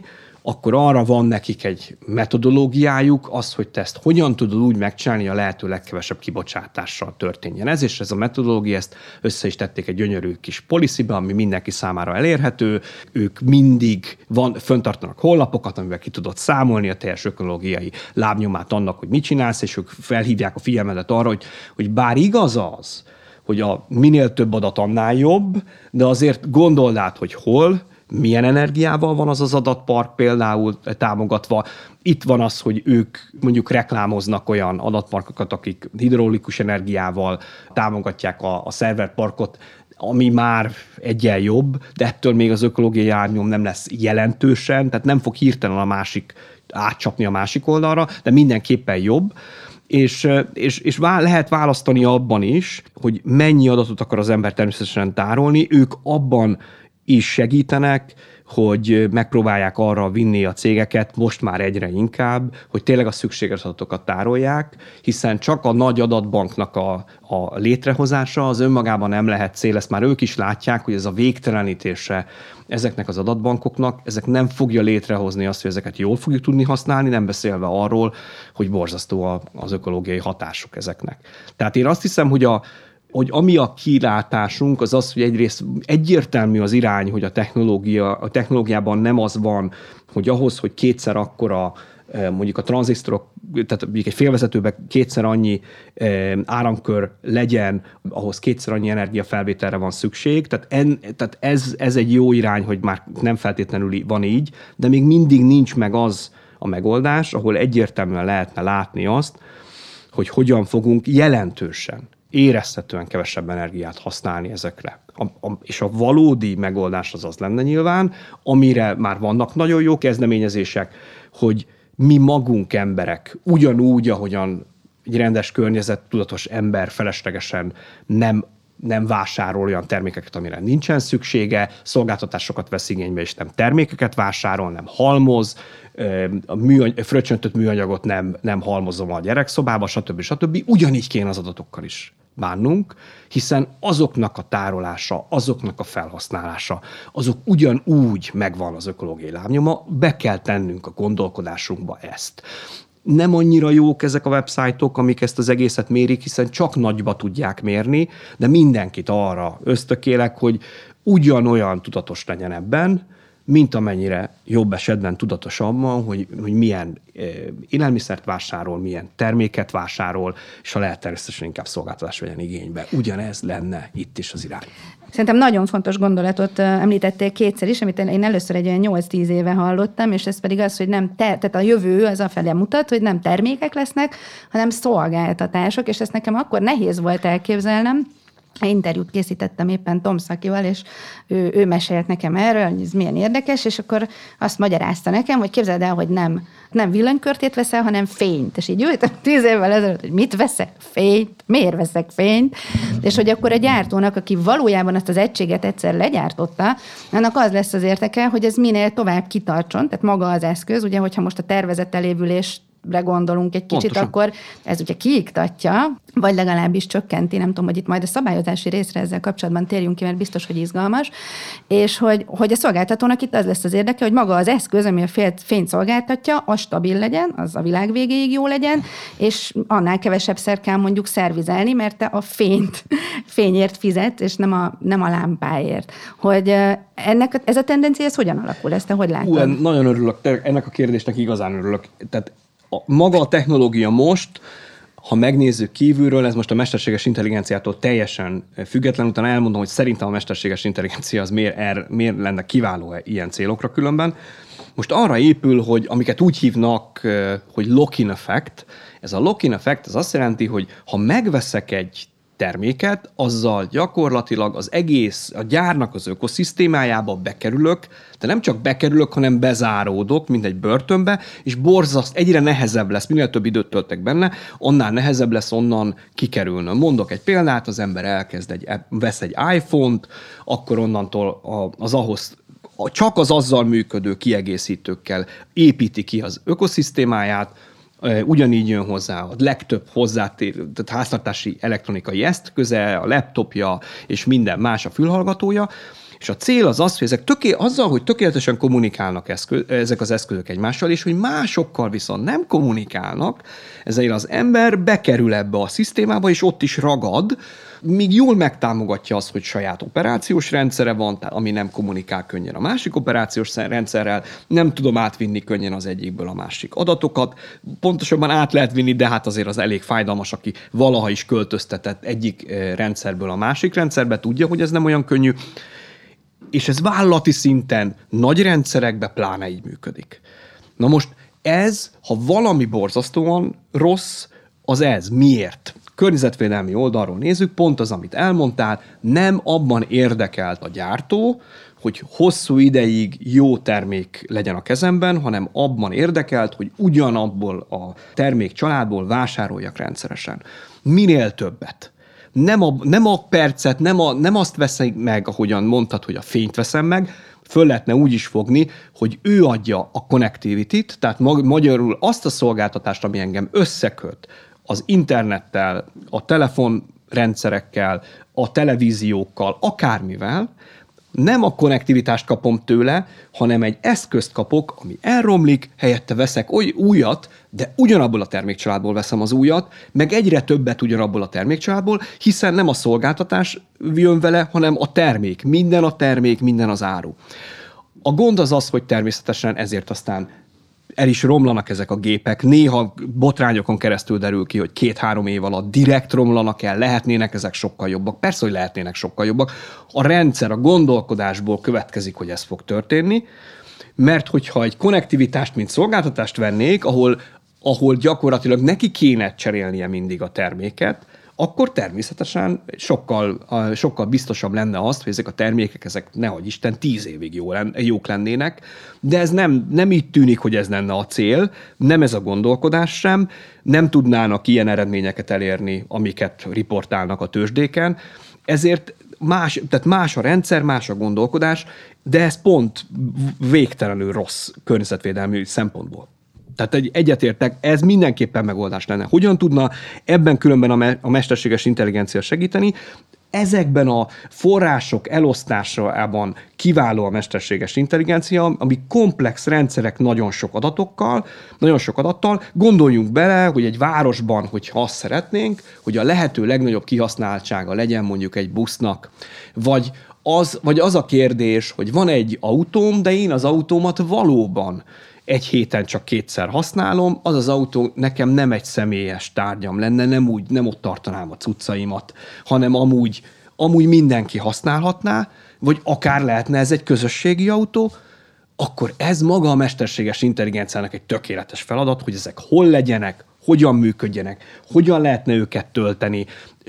akkor arra van nekik egy metodológiájuk, az, hogy te ezt hogyan tudod úgy megcsinálni, a lehető legkevesebb kibocsátással történjen ez, és ez a metodológia, ezt össze is tették egy gyönyörű kis policybe, ami mindenki számára elérhető. Ők mindig föntartanak honlapokat, amivel ki tudod számolni a teljes ökológiai lábnyomát annak, hogy mit csinálsz, és ők felhívják a figyelmedet arra, hogy bár igaz az, hogy minél több adat annál jobb, de azért gondold át, hogy hol, milyen energiával van az adatpark például támogatva. Itt van az, hogy ők mondjuk reklámoznak olyan adatparkokat, akik hidraulikus energiával támogatják a szerverparkot, ami már egyen jobb, de ettől még az ökológiai lábnyom nem lesz jelentősen, tehát nem fog hirtelen átcsapni a másik oldalra, de mindenképpen jobb. És lehet választani abban is, hogy mennyi adatot akar az ember természetesen tárolni. Ők abban is segítenek, hogy megpróbálják arra vinni a cégeket most már egyre inkább, hogy tényleg a szükséges adatokat tárolják, hiszen csak a nagy adatbanknak a létrehozása az önmagában nem lehet cél. Ezt már ők is látják, hogy ez a végtelenítése ezeknek az adatbankoknak, ezek nem fogja létrehozni azt, hogy ezeket jól fogjuk tudni használni, nem beszélve arról, hogy borzasztó az ökológiai hatásuk ezeknek. Tehát én azt hiszem, hogy ami a kilátásunk, az az, hogy egyrészt egyértelmű az irány, hogy a technológiában nem az van, hogy ahhoz, hogy kétszer akkora mondjuk a tranzisztorok, tehát egy félvezetőben kétszer annyi áramkör legyen, ahhoz kétszer annyi energiafelvételre van szükség. Tehát ez egy jó irány, hogy már nem feltétlenül van így, de még mindig nincs meg az a megoldás, ahol egyértelműen lehetne látni azt, hogy hogyan fogunk jelentősen, érezhetően kevesebb energiát használni ezekre. És a valódi megoldás az lenne nyilván, amire már vannak nagyon jó kezdeményezések, hogy mi magunk emberek ugyanúgy, ahogyan egy rendes környezettudatos ember feleslegesen nem vásárol olyan termékeket, amire nincsen szüksége, szolgáltatásokat vesz igénybe, és nem termékeket vásárol, nem halmoz, fröccsöntött műanyagot nem halmozom a gyerekszobába, stb. Ugyanígy kéne az adatokkal is bánnunk, hiszen azoknak a tárolása, azoknak a felhasználása, azok ugyanúgy megvan az ökológiai lábnyoma, be kell tennünk a gondolkodásunkba ezt. Nem annyira jók ezek a websájtok, amik ezt az egészet mérik, hiszen csak nagyba tudják mérni, de mindenkit arra ösztökélek, hogy ugyanolyan tudatos legyen ebben, mint amennyire jobb esetben tudatos abban, hogy milyen élelmiszert vásárol, milyen terméket vásárol, és ha lehet természetesen inkább szolgáltatás vegyen igénybe. Ugyanez lenne itt is az irány. Szerintem nagyon fontos gondolatot említettél kétszer is, amit én először egy olyan 8-10 éve hallottam, és ez pedig az, hogy tehát a jövő az afelé mutat, hogy nem termékek lesznek, hanem szolgáltatások, és ezt nekem akkor nehéz volt elképzelnem. Interjút készítettem éppen Tom Szakival, és ő mesélt nekem erről, hogy ez milyen érdekes, és akkor azt magyarázta nekem, hogy képzeld el, hogy nem villanykörtét veszel, hanem fényt. És így ültem 10 évvel ezelőtt, hogy mit veszek? Fényt? Miért veszek fényt? És hogy akkor a gyártónak, aki valójában azt az egységet egyszer legyártotta, annak az lesz az érteke, hogy ez minél tovább kitartson, tehát maga az eszköz, ugye, hogyha most a tervezett elévülés gondolunk egy kicsit, pontosan. Akkor ez ugye kiiktatja, vagy legalábbis csökkenti, nem tudom, hogy itt majd a szabályozási részre ezzel kapcsolatban térjünk ki, mert biztos, hogy izgalmas, és hogy a szolgáltatónak itt az lesz az érdeke, hogy maga az eszköz, ami a fényt szolgáltatja, az stabil legyen, az a világ végéig jó legyen, és annál kevesebbszer kell mondjuk szervizelni, mert te a fényért fizet, és nem a lámpáért. Hogy ez a tendencia, ez hogyan alakul? Ezt te hogy látod? Nagyon örülök, ennek a kérdésnek igazán örülök. Tehát maga a technológia most, ha megnézzük kívülről, ez most a mesterséges intelligenciától teljesen független, utána elmondom, hogy szerintem a mesterséges intelligencia az miért lenne kiváló ilyen célokra különben. Most arra épül, hogy amiket úgy hívnak, hogy lock-in effect, ez a lock-in effect az azt jelenti, hogy ha megveszek egy terméket, azzal gyakorlatilag az egész, a gyárnak az ökoszisztémájába bekerülök, de nem csak bekerülök, hanem bezáródok, mint egy börtönbe, és egyre nehezebb lesz, minél több időt töltek benne, annál nehezebb lesz onnan kikerülnöm. Mondok egy példát, az ember vesz egy iPhone-t, akkor onnantól csak az azzal működő kiegészítőkkel építi ki az ökoszisztémáját, ugyanígy jön hozzá a legtöbb tehát háztartási elektronikai eszköze, a laptopja és minden más a fülhallgatója, És a cél az az, hogy azzal, hogy tökéletesen kommunikálnak ezek az eszközök egymással, és hogy másokkal viszont nem kommunikálnak, ezért az ember bekerül ebbe a szisztémába, és ott is ragad, míg jól megtámogatja azt, hogy saját operációs rendszere van, ami nem kommunikál könnyen a másik operációs rendszerrel, nem tudom átvinni könnyen az egyikből a másik adatokat, pontosabban át lehet vinni, de hát azért az elég fájdalmas, aki valaha is költöztetett egyik rendszerből a másik rendszerbe, tudja, hogy ez nem olyan könnyű, és ez vállalati szinten, nagy rendszerekben pláne így működik. Na most ez, ha valami borzasztóan rossz, az ez. Miért? Környezetvédelmi oldalról nézzük, pont az, amit elmondtál, nem abban érdekelt a gyártó, hogy hosszú ideig jó termék legyen a kezemben, hanem abban érdekelt, hogy ugyanabból a termékcsaládból vásároljak rendszeresen. Minél többet. Nem a percet, nem azt veszem meg, ahogyan mondtad, hogy a fényt veszem meg, föl lehetne úgy is fogni, hogy ő adja a connectivity-t, tehát magyarul azt a szolgáltatást, ami engem összeköt az internettel, a telefonrendszerekkel, a televíziókkal, akármivel, nem a konnektivitást kapom tőle, hanem egy eszközt kapok, ami elromlik, helyette veszek újat, de ugyanabból a termékcsaládból veszem az újat, meg egyre többet ugyanabból a termékcsaládból, hiszen nem a szolgáltatás jön vele, hanem a termék. Minden a termék, minden az áru. A gond az az, hogy természetesen ezért aztán el is romlanak ezek a gépek. Néha botrányokon keresztül derül ki, hogy 2-3 év alatt direkt romlanak el, lehetnének ezek sokkal jobbak. Persze, hogy lehetnének sokkal jobbak. A rendszer, a gondolkodásból következik, hogy ez fog történni, mert hogyha egy konnektivitást, mint szolgáltatást vennék, ahol gyakorlatilag neki kéne cserélnie mindig a terméket, akkor természetesen sokkal biztosabb lenne azt, hogy ezek a termékek, ezek nehogy Isten 10 évig jók lennének, de ez nem így tűnik, hogy ez lenne a cél, nem ez a gondolkodás sem, nem tudnának ilyen eredményeket elérni, amiket riportálnak a tőzsdéken, ezért más a rendszer, más a gondolkodás, de ez pont végtelenül rossz környezetvédelmi szempontból. Tehát egyetértek, ez mindenképpen megoldás lenne. Hogyan tudna ebben különben a mesterséges intelligencia segíteni? Ezekben a források elosztásában kiváló a mesterséges intelligencia, ami komplex rendszerek nagyon sok adattal. Gondoljunk bele, hogy egy városban, hogyha azt szeretnénk, hogy a lehető legnagyobb kihasználtsága legyen mondjuk egy busznak, vagy az a kérdés, hogy van egy autóm, de én az autómat valóban egy héten csak 2-szer használom, az autó nekem nem egy személyes tárgyam lenne, nem ott tartanám a cuccaimat, hanem amúgy mindenki használhatná, vagy akár lehetne ez egy közösségi autó, akkor ez maga a mesterséges intelligenciának egy tökéletes feladat, hogy ezek hol legyenek, hogyan működjenek, hogyan lehetne őket tölteni,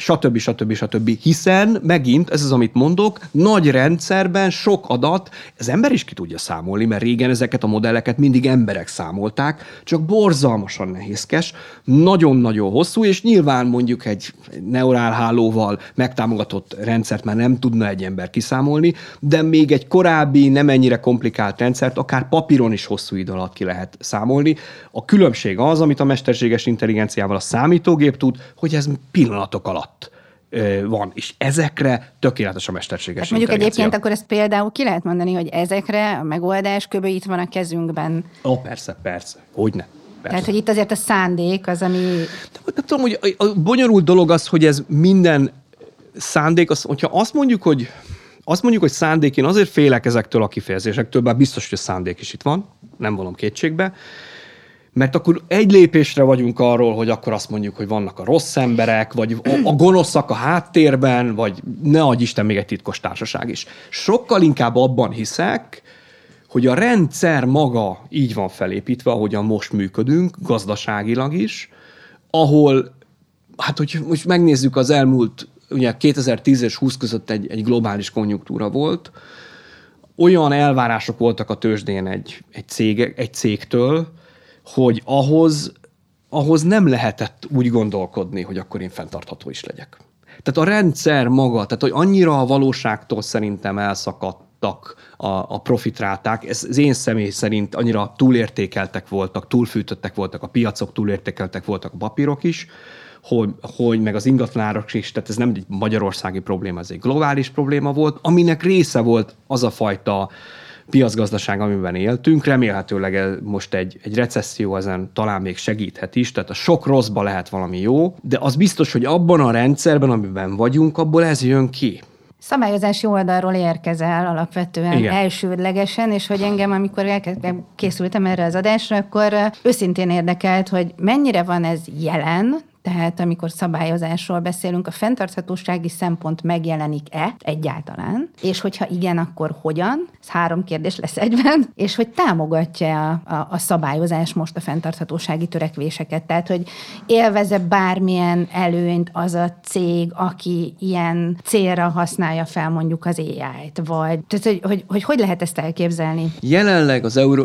stb. Hiszen megint, ez az, amit mondok, nagy rendszerben sok adat, az ember is ki tudja számolni, mert régen ezeket a modelleket mindig emberek számolták, csak borzalmasan nehézkes, nagyon-nagyon hosszú, és nyilván mondjuk egy neurálhálóval megtámogatott rendszert már nem tudna egy ember kiszámolni, de még egy korábbi, nem ennyire komplikált rendszert akár papíron is hosszú idő alatt ki lehet számolni. A különbség az, amit a mesterséges intelligenciával a számítógép tud, hogy ez pillanatok alatt van, és ezekre tökéletes a mesterséges mondjuk intelligencia. Egyébként akkor ezt például ki lehet mondani, hogy ezekre a megoldás kb. Itt van a kezünkben. Persze. Hogyne. Persze. Tehát, hogy itt azért a szándék az, ami... Nem tudom, hogy a bonyolult dolog az, hogy ez minden szándék, hogyha azt mondjuk, hogy szándék, én azért félek ezektől a kifejezésektől, bár biztos, hogy a szándék is itt van, nem vonom kétségbe, mert akkor egy lépésre vagyunk arról, hogy akkor azt mondjuk, hogy vannak a rossz emberek, vagy a gonoszak a háttérben, vagy ne adj Isten, még egy titkos társaság is. Sokkal inkább abban hiszek, hogy a rendszer maga így van felépítve, ahogyan most működünk, gazdaságilag is, ahol, hát hogy most megnézzük az elmúlt, ugye 2010 és 20 között egy globális konjunktúra volt, olyan elvárások voltak a tőzsdén egy cégtől, hogy ahhoz nem lehetett úgy gondolkodni, hogy akkor én fenntartható is legyek. Tehát a rendszer maga, tehát hogy annyira a valóságtól szerintem elszakadt ugrottak a profitráták. Ez az én személy szerint annyira túlértékeltek voltak, túlfűtöttek voltak a piacok, túlértékeltek voltak a papírok is, hogy meg az ingatlanárak is, tehát ez nem egy magyarországi probléma, ez egy globális probléma volt, aminek része volt az a fajta piacgazdaság, amiben éltünk. Remélhetőleg most egy recesszió ezen talán még segíthet is, tehát a sok rosszba lehet valami jó, de az biztos, hogy abban a rendszerben, amiben vagyunk, abból ez jön ki. Szabályozási oldalról érkezel alapvetően. Igen. Elsődlegesen, és hogy engem, amikor készültem erre az adásra, akkor őszintén érdekelt, hogy mennyire van ez jelen, tehát amikor szabályozásról beszélünk, a fenntarthatósági szempont megjelenik-e egyáltalán, és hogyha igen, akkor hogyan? Ez 3 kérdés lesz egyben, és hogy támogatja a szabályozás most a fenntarthatósági törekvéseket, tehát hogy élveze bármilyen előnyt az a cég, aki ilyen célra használja fel mondjuk az AI-t, vagy tehát, hogy lehet ezt elképzelni? Jelenleg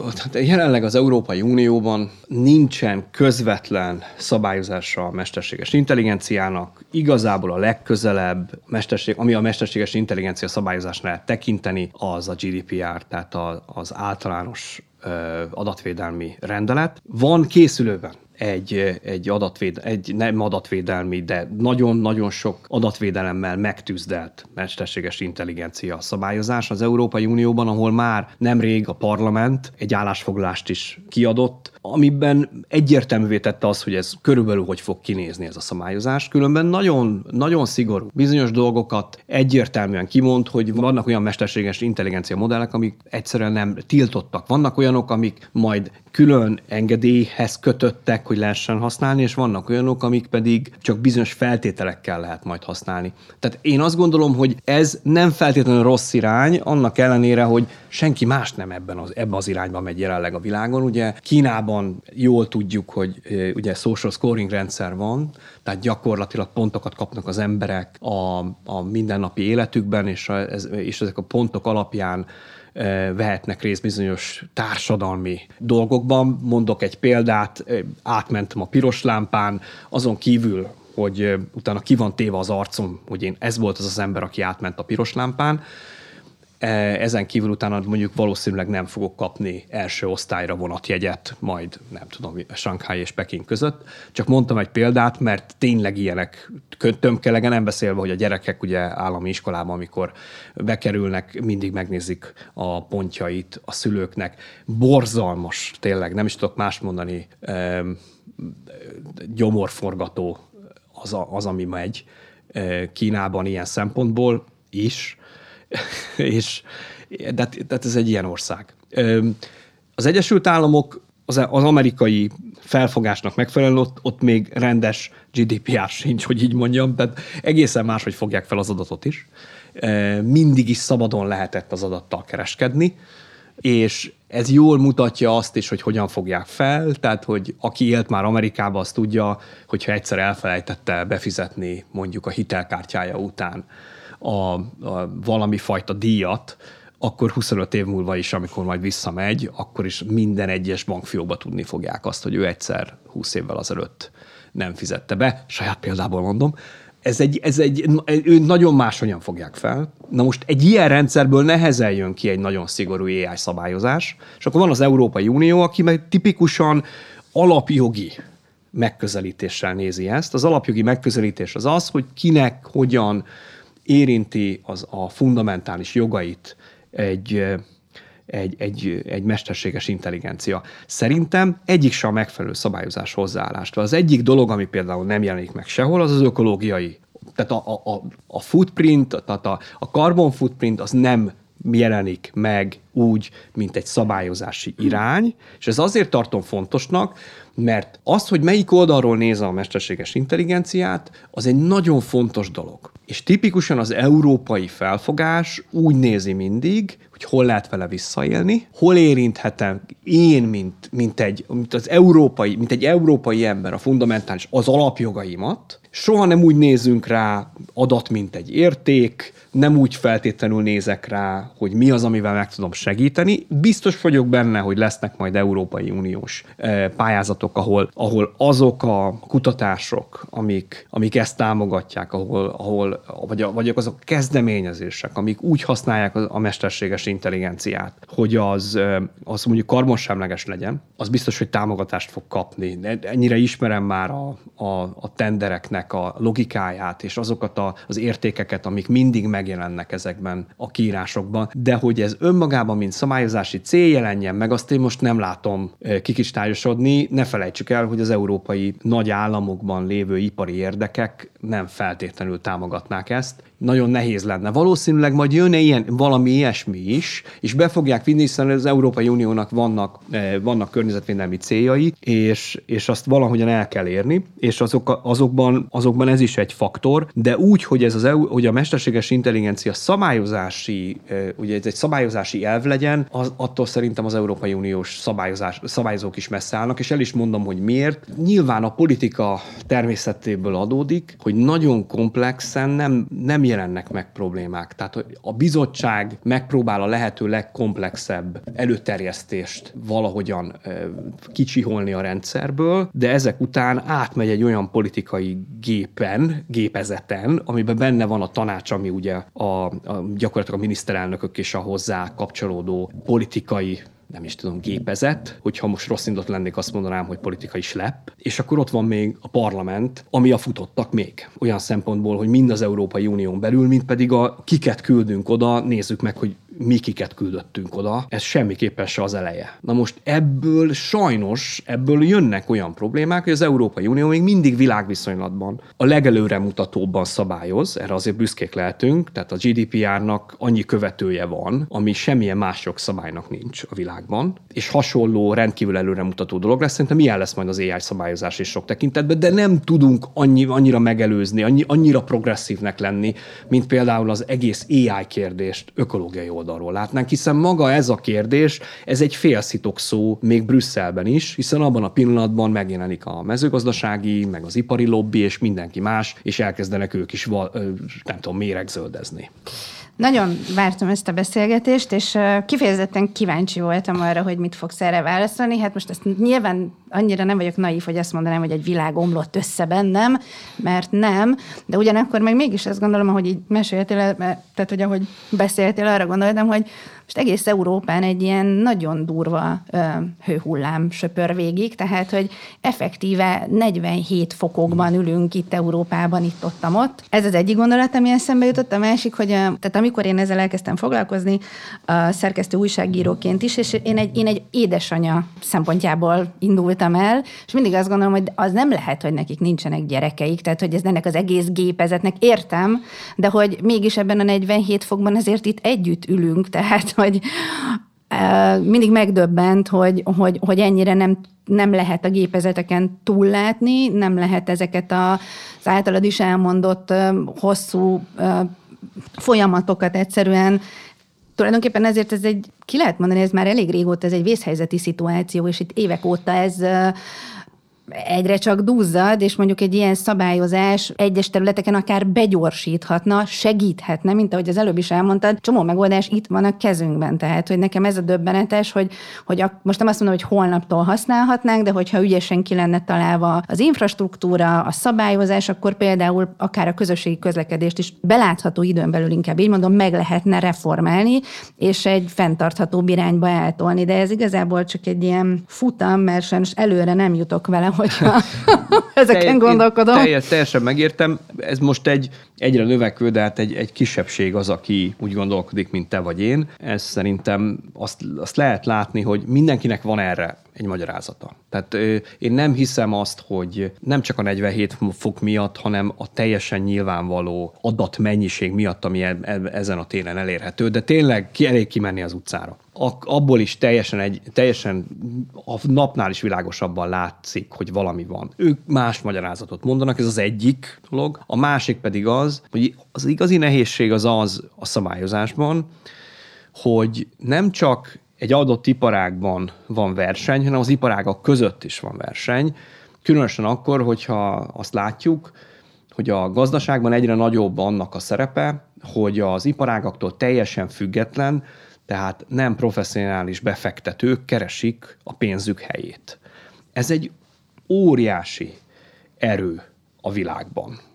az Európai Unióban nincsen közvetlen szabályozása a mesterséges intelligenciának. Igazából a legközelebb ami a mesterséges intelligencia szabályozásnál lehet tekinteni, az a GDPR, tehát az általános adatvédelmi rendelet. Van készülőben egy nem adatvédelmi, de nagyon-nagyon sok adatvédelemmel megtűzdelt mesterséges intelligencia szabályozás az Európai Unióban, ahol már nemrég a parlament egy állásfoglalást is kiadott, amiben egyértelművé tette az, hogy ez körülbelül hogy fog kinézni ez a szabályozás. Különben nagyon, nagyon szigorú. Bizonyos dolgokat egyértelműen kimond, hogy vannak olyan mesterséges intelligencia modellek, amik egyszerűen nem tiltottak. Vannak olyanok, amik majd külön engedélyhez kötöttek, hogy lehessen használni, és vannak olyanok, amik pedig csak bizonyos feltételekkel lehet majd használni. Tehát én azt gondolom, hogy ez nem feltétlenül rossz irány, annak ellenére, hogy senki más nem ebben az irányban megy jelenleg a világon. Ugye Kínában jól tudjuk, hogy ugye social scoring rendszer van, tehát gyakorlatilag pontokat kapnak az emberek a mindennapi életükben, és ezek a pontok alapján vehetnek részt bizonyos társadalmi dolgokban. Mondok egy példát, átmentem a piros lámpán, azon kívül, hogy utána ki van téve az arcom, hogy ez volt az ember, aki átment a piros lámpán. Ezen kívül utána mondjuk valószínűleg nem fogok kapni első osztályra vonatjegyet, majd nem tudom, Shanghai és Peking között. Csak mondtam egy példát, mert tényleg ilyenek tömkelegen, nem beszélve, hogy a gyerekek ugye állami iskolában, amikor bekerülnek, mindig megnézik a pontjait a szülőknek. Borzalmas, tényleg, nem is tudok más mondani, gyomorforgató az, ami megy Kínában ilyen szempontból is, de ez egy ilyen ország. Az Egyesült Államok az amerikai felfogásnak megfelelően ott még rendes GDPR sincs, hogy így mondjam, tehát egészen máshogy fogják fel az adatot is. Mindig is szabadon lehetett az adattal kereskedni, és ez jól mutatja azt is, hogy hogyan fogják fel, tehát hogy aki élt már Amerikában, az tudja, hogyha egyszer elfelejtette befizetni mondjuk a hitelkártyája után a valami fajta díjat, akkor 25 év múlva is, amikor majd visszamegy, akkor is minden egyes bankfiókba tudni fogják azt, hogy ő egyszer 20 évvel azelőtt nem fizette be. Saját példából mondom. Ő nagyon máshogyan fogják fel. Na most egy ilyen rendszerből nehezen jön ki egy nagyon szigorú AI szabályozás, és akkor van az Európai Unió, aki meg tipikusan alapjogi megközelítéssel nézi ezt. Az alapjogi megközelítés az, hogy kinek hogyan érinti a fundamentális jogait egy mesterséges intelligencia. Szerintem egyik sem a megfelelő szabályozás hozzáállást. Az egyik dolog, ami például nem jelenik meg sehol, az ökológiai. Tehát a footprint, tehát a carbon footprint az nem jelenik meg úgy, mint egy szabályozási irány, és ez azért tartom fontosnak, mert az, hogy melyik oldalról nézze a mesterséges intelligenciát, az egy nagyon fontos dolog. És tipikusan az európai felfogás úgy nézi mindig, hogy hol lehet vele visszaélni, hol érinthetem én, mint egy európai ember a fundamentális, az alapjogaimat. Soha nem úgy nézünk rá adat, mint egy érték, nem úgy feltétlenül nézek rá, hogy mi az, amivel meg tudom segíteni. Biztos vagyok benne, hogy lesznek majd Európai Uniós pályázatok, ahol azok a kutatások, amik ezt támogatják, vagy azok a kezdeményezések, amik úgy használják a mesterséges mesterséges intelligenciát, hogy az mondjuk karbonsemleges legyen, az biztos, hogy támogatást fog kapni. Ennyire ismerem már a tendereknek a logikáját, és azokat az értékeket, amik mindig megjelennek ezekben a kiírásokban, de hogy ez önmagában, mint szabályozási cél jelenjen meg, azt én most nem látom kikristályosodni. Ne felejtsük el, hogy az európai nagy államokban lévő ipari érdekek nem feltétlenül támogatnák ezt. Nagyon nehéz lenne. Valószínűleg majd jönne valami ilyesmi is, és be fogják vinni, hiszen az Európai Uniónak vannak környezetvédelmi céljai, és azt valahogyan el kell érni, és azokban ez is egy faktor, de úgy, hogy hogy a mesterséges intelligencia szabályozási, ugye ez egy szabályozási elv legyen, attól szerintem az Európai Uniós szabályozók is messze állnak, és el is mondom, hogy miért. Nyilván a politika természetéből adódik, hogy nagyon komplexen nem jelennek meg problémák. Tehát hogy a bizottság megpróbál a lehető legkomplexebb előterjesztést valahogyan kicsiholni a rendszerből, de ezek után átmegy egy olyan politikai gépezeten, amiben benne van a tanács, ami ugye gyakorlatilag a miniszterelnökök és a hozzá kapcsolódó politikai gépezet, hogyha most rossz indot lennék, azt mondanám, hogy politikai slepp, és akkor ott van még a parlament, ami a futottak még. Olyan szempontból, hogy mind az Európai Unión belül, mind pedig kiket küldünk oda, nézzük meg, hogy mi kiket küldöttünk oda. Ez semmiképpen se az eleje. Na most ebből jönnek olyan problémák, hogy az Európai Unió még mindig világviszonylatban a legelőre mutatóbban szabályoz, erre azért büszkék lehetünk, tehát a GDPR-nak annyi követője van, ami semmilyen más jogszabálynak nincs a világban, és hasonló rendkívül előremutató dolog lesz. Szerintem ilyen lesz majd az AI szabályozás is sok tekintetben, de nem tudunk annyira megelőzni, annyira progresszívnek lenni, mint például az egész AI kérdést ökológiai oldalról látnánk, hiszen maga ez a kérdés, ez egy félszitok szó még Brüsszelben is, hiszen abban a pillanatban megjelenik a mezőgazdasági, meg az ipari lobby, és mindenki más, és elkezdenek ők is, méregzöldezni. Nagyon vártam ezt a beszélgetést, és kifejezetten kíváncsi voltam arra, hogy mit fogsz erre válaszolni. Hát most ezt nyilván annyira nem vagyok naív, hogy azt mondanám, hogy egy világ omlott össze bennem, mert nem, de ugyanakkor meg mégis azt gondolom, ahogy így meséltél, tehát hogy ahogy beszéltél, arra gondoltam, hogy most egész Európán egy ilyen nagyon durva hőhullám söpör végig, tehát, hogy effektíve 47 fokokban ülünk itt Európában, ott. Ez az egyik gondolat, ami eszembe jutott, a másik, hogy tehát amikor én ezzel elkezdtem foglalkozni, a szerkesztő újságíróként is, és én egy édesanya szempontjából indultam el, és mindig azt gondolom, hogy az nem lehet, hogy nekik nincsenek gyerekeik, tehát, hogy ez ennek az egész gépezetnek értem, de hogy mégis ebben a 47 fokban azért itt együtt ülünk, tehát, hogy mindig megdöbbent, hogy ennyire nem lehet a gépezeteken túllátni, nem lehet ezeket az általad is elmondott hosszú folyamatokat egyszerűen. Tulajdonképpen ezért ki lehet mondani, ez már elég régóta, ez egy vészhelyzeti szituáció, és itt évek óta ez egyre csak duzzad, és mondjuk egy ilyen szabályozás egyes területeken akár begyorsíthatna, segíthetne, mint ahogy az előbb is elmondtad, csomó megoldás itt van a kezünkben. Tehát, hogy nekem ez a döbbenetes, hogy most nem azt mondom, hogy holnaptól használhatnánk, de hogyha ügyesen ki lenne találva az infrastruktúra, a szabályozás, akkor például akár a közösségi közlekedést is belátható időn belül, inkább így mondom, meg lehetne reformálni, és egy fenntarthatóbb irányba eltolni. De ez igazából csak egy ilyen futam, mert sajnos előre nem jutok vele, hogyha ezeken gondolkodom. Teljesen megértem. Ez most egyre növekvő, de hát egy kisebbség az, aki úgy gondolkodik, mint te vagy én. Ez szerintem azt lehet látni, hogy mindenkinek van erre egy magyarázata. Tehát én nem hiszem azt, hogy nem csak a 47 fok miatt, hanem a teljesen nyilvánvaló adatmennyiség miatt, ami ezen a télen elérhető, de tényleg elég kimenni az utcára. Abból is teljesen a napnál is világosabban látszik, hogy valami van. Ők más magyarázatot mondanak, ez az egyik dolog. A másik pedig az, hogy az igazi nehézség az a szabályozásban, hogy nem csak egy adott iparágban van verseny, hanem az iparágak között is van verseny. Különösen akkor, hogyha azt látjuk, hogy a gazdaságban egyre nagyobb annak a szerepe, hogy az iparágaktól teljesen független, tehát nem professzionális befektetők keresik a pénzük helyét. Ez egy óriási erő a világban,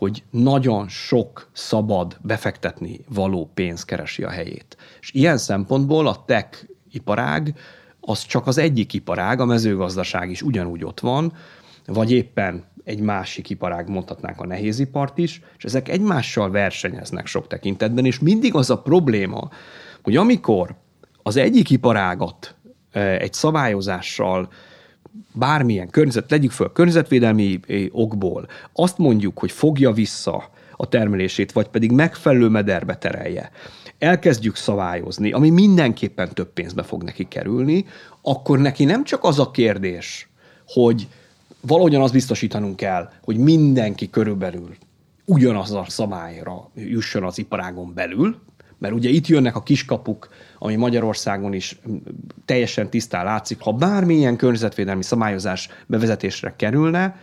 hogy nagyon sok szabad befektetni való pénz keresi a helyét. És ilyen szempontból a tech iparág az csak az egyik iparág, a mezőgazdaság is ugyanúgy ott van, vagy éppen egy másik iparág, mondhatnánk a nehézipart is, és ezek egymással versenyeznek sok tekintetben, és mindig az a probléma, hogy amikor az egyik iparágat egy szabályozással bármilyen tegyük föl környezetvédelmi okból, azt mondjuk, hogy fogja vissza a termelését, vagy pedig megfelelő mederbe terelje, elkezdjük szabályozni, ami mindenképpen több pénzbe fog neki kerülni, akkor neki nem csak az a kérdés, hogy valahogyan azt biztosítanunk kell, hogy mindenki körülbelül ugyanaz a szabályra jusson az iparágon belül, mert ugye itt jönnek a kiskapuk, ami Magyarországon is teljesen tisztán látszik, ha bármilyen környezetvédelmi szabályozás bevezetésre kerülne,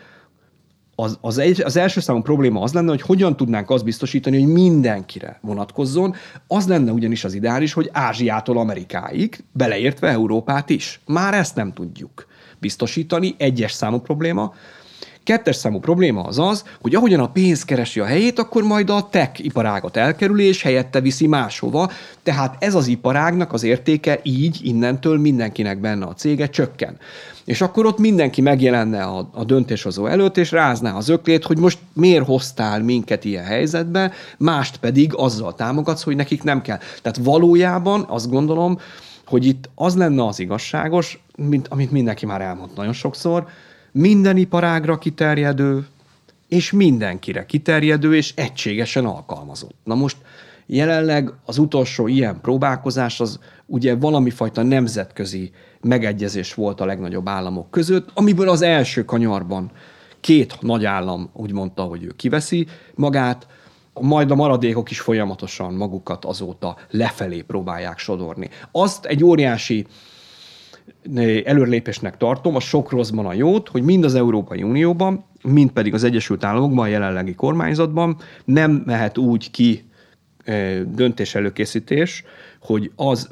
az első számú probléma az lenne, hogy hogyan tudnánk azt biztosítani, hogy mindenkire vonatkozzon. Az lenne ugyanis az ideális, hogy Ázsiától Amerikáig, beleértve Európát is. Már ezt nem tudjuk biztosítani, egyes számú probléma. Kettes számú probléma az, hogy ahogyan a pénz keresi a helyét, akkor majd a tech iparágat elkerüli, és helyette viszi máshova. Tehát ez az iparágnak az értéke így innentől mindenkinek benne a cége csökken. És akkor ott mindenki megjelenne a döntéshozó előtt, és rázná az öklét, hogy most miért hoztál minket ilyen helyzetbe, mást pedig azzal támogatsz, hogy nekik nem kell. Tehát valójában azt gondolom, hogy itt az lenne az igazságos, amit mindenki már elmondta nagyon sokszor, minden iparágra kiterjedő, és mindenkire kiterjedő, és egységesen alkalmazott. Na most jelenleg az utolsó ilyen próbálkozás az ugye valami fajta nemzetközi megegyezés volt a legnagyobb államok között, amiből az első kanyarban 2 nagy állam úgy mondta, hogy ő kiveszi magát, majd a maradékok is folyamatosan magukat azóta lefelé próbálják sodorni. Azt egy óriási előrelépésnek tartom, a sok rosszban a jót, hogy mind az Európai Unióban, mind pedig az Egyesült Államokban, a jelenlegi kormányzatban nem mehet úgy ki döntés előkészítés, hogy az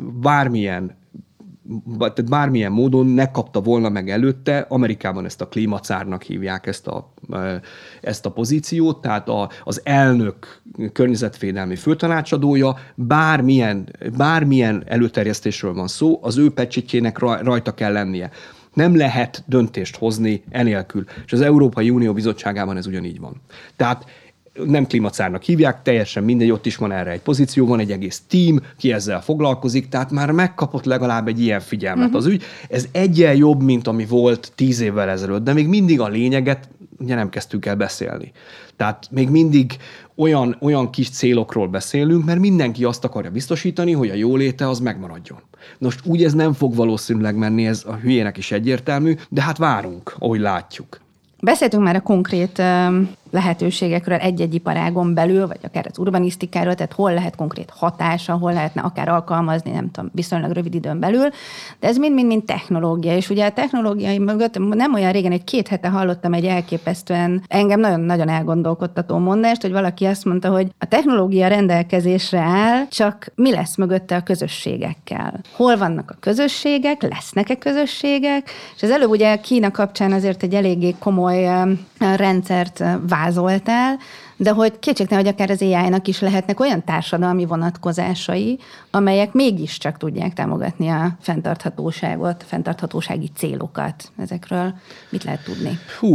bármilyen módon ne kapta volna meg előtte, Amerikában ezt a klímacárnak hívják ezt a pozíciót, tehát az elnök környezetvédelmi főtanácsadója, bármilyen előterjesztésről van szó, az ő pecsétjének rajta kell lennie. Nem lehet döntést hozni enélkül. És az Európai Unió bizottságában ez ugyanígy van. Tehát nem klímacárnak hívják, teljesen mindegy, ott is van erre egy pozíció, van egy egész team, ki ezzel foglalkozik, tehát már megkapott legalább egy ilyen figyelmet az ügy. Ez egyen jobb, mint ami volt 10 évvel ezelőtt, de még mindig a lényeget ugye nem kezdtük el beszélni. Tehát még mindig olyan kis célokról beszélünk, mert mindenki azt akarja biztosítani, hogy a jóléte az megmaradjon. Most úgy ez nem fog valószínűleg menni, ez a hülyének is egyértelmű, de hát várunk, ahogy látjuk. Beszéltünk már a konkrét lehetőségekről egy-egy iparágon belül, vagy akár az urbanisztikáról, tehát hol lehet konkrét hatása, hol lehetne akár alkalmazni, nem tudom, viszonylag rövid időn belül, de ez mind-mind technológia, és ugye a technológiai mögött nem olyan régen, egy 2 hete hallottam egy elképesztően engem nagyon-nagyon elgondolkodtató mondást, hogy valaki azt mondta, hogy a technológia rendelkezésre áll, csak mi lesz mögötte a közösségekkel? Hol vannak a közösségek, lesznek-e közösségek? És az előbb ugye Kína kapcsán azért egy eléggé komoly rendszert vázoltál, de hogy kétségtelen, hogy akár az AI-nak is lehetnek olyan társadalmi vonatkozásai, amelyek mégiscsak tudják támogatni a fenntarthatóságot, fenntarthatósági célokat. Ezekről mit lehet tudni?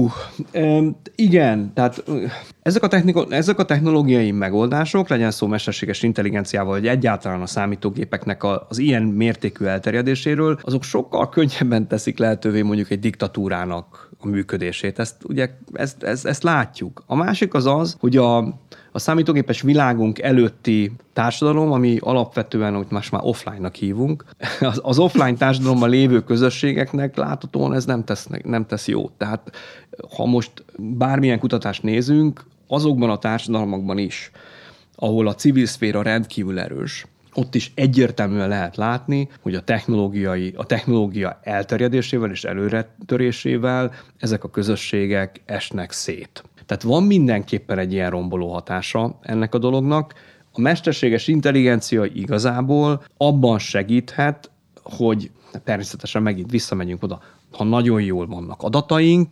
Igen, tehát ezek a technológiai megoldások, legyen szó mesterséges intelligenciával, vagy egyáltalán a számítógépeknek az ilyen mértékű elterjedéséről, azok sokkal könnyebben teszik lehetővé mondjuk egy diktatúrának a működését. Ezt látjuk. A másik az, hogy a számítógépes világunk előtti társadalom, ami alapvetően, amit most már offline-nak hívunk, az offline társadalomban lévő közösségeknek láthatóan ez nem tesz jót. Tehát ha most bármilyen kutatást nézünk, azokban a társadalmakban is, ahol a civil szféra rendkívül erős, ott is egyértelműen lehet látni, hogy a technológia elterjedésével és előretörésével ezek a közösségek esnek szét. Tehát van mindenképpen egy ilyen romboló hatása ennek a dolognak. A mesterséges intelligencia igazából abban segíthet, hogy természetesen megint visszamegyünk oda, ha nagyon jól vannak adataink,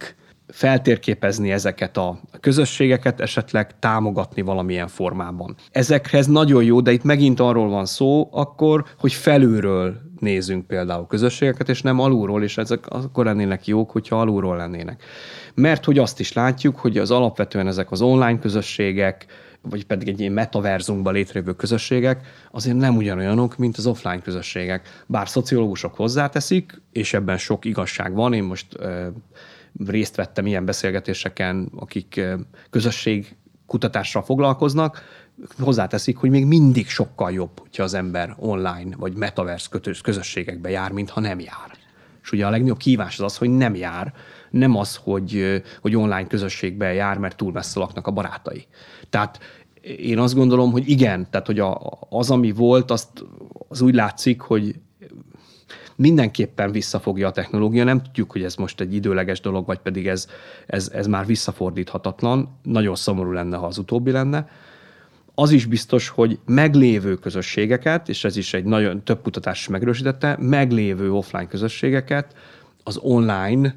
feltérképezni ezeket a közösségeket, esetleg támogatni valamilyen formában. Ezekhez nagyon jó, de itt megint arról van szó akkor, hogy felülről nézzünk például közösségeket, és nem alulról, és ezek akkor lennének jók, hogyha alulról lennének. Mert hogy azt is látjuk, hogy az alapvetően ezek az online közösségek, vagy pedig egy ilyen metaverzumban létrejövő közösségek azért nem ugyanolyanok, mint az offline közösségek. Bár szociológusok hozzáteszik, és ebben sok igazság van, én most részt vettem ilyen beszélgetéseken, akik közösségkutatással foglalkoznak, hozzáteszik, hogy még mindig sokkal jobb, hogyha az ember online vagy metaverse közösségekbe jár, mintha nem jár. És ugye a legnagyobb kihívás az, hogy nem jár, nem az, hogy online közösségbe jár, mert túl messze laknak a barátai. Tehát én azt gondolom, hogy igen, tehát hogy az, ami volt, az úgy látszik, hogy mindenképpen visszafogja a technológia. Nem tudjuk, hogy ez most egy időleges dolog, vagy pedig ez már visszafordíthatatlan. Nagyon szomorú lenne, ha az utóbbi lenne. Az is biztos, hogy meglévő közösségeket, és ez is egy nagyon több kutatás is megerősítette, meglévő offline közösségeket az online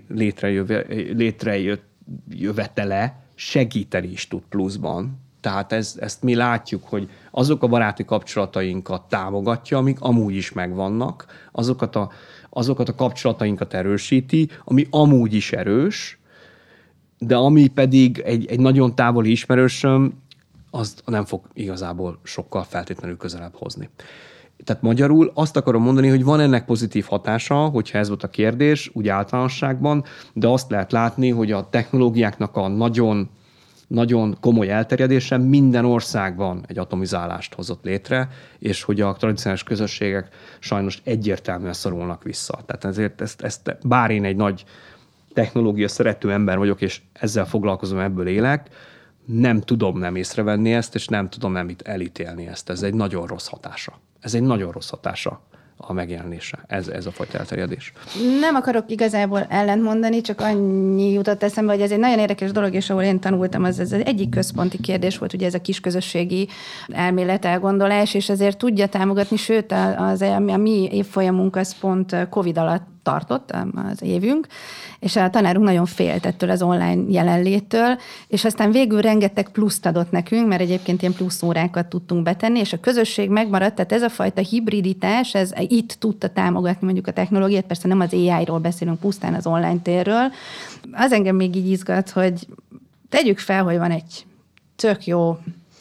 létrejövetele segíteni is tud pluszban. Tehát ezt mi látjuk, hogy azok a baráti kapcsolatainkat támogatja, amik amúgy is megvannak, azokat a kapcsolatainkat erősíti, ami amúgy is erős, de ami pedig egy nagyon távoli ismerősöm, az nem fog igazából sokkal feltétlenül közelebb hozni. Tehát magyarul azt akarom mondani, hogy van ennek pozitív hatása, hogyha ez volt a kérdés, úgy általánosságban, de azt lehet látni, hogy a technológiáknak a nagyon komoly elterjedése minden országban egy atomizálást hozott létre, és hogy a tradicionális közösségek sajnos egyértelműen szorulnak vissza. Tehát ezért ezt bár én egy nagy technológia szerető ember vagyok, és ezzel foglalkozom, ebből élek, nem tudom nem észrevenni ezt, és nem tudom nem elítélni ezt. Ez egy nagyon rossz hatása. Ez egy nagyon rossz hatása a megjelenése, ez a fajta elterjedés. Nem akarok igazából ellentmondani, csak annyi jutott eszembe, hogy ez egy nagyon érdekes dolog, és ahol én tanultam, az egyik központi kérdés volt, ugye ez a kisközösségi elmélet, elgondolás, és ezért tudja támogatni, sőt, a mi évfolyamunk az pont Covid alatt tartott, az évünk, és a tanárunk nagyon félt ettől az online jelenléttől, és aztán végül rengeteg pluszt adott nekünk, mert egyébként ilyen plusz órákat tudtunk betenni, és a közösség megmaradt, tehát ez a fajta hibriditás, ez itt tudta támogatni mondjuk a technológiát, persze nem az AI-ról beszélünk, pusztán az online térről. Az engem még így izgat, hogy tegyük fel, hogy van egy tök jó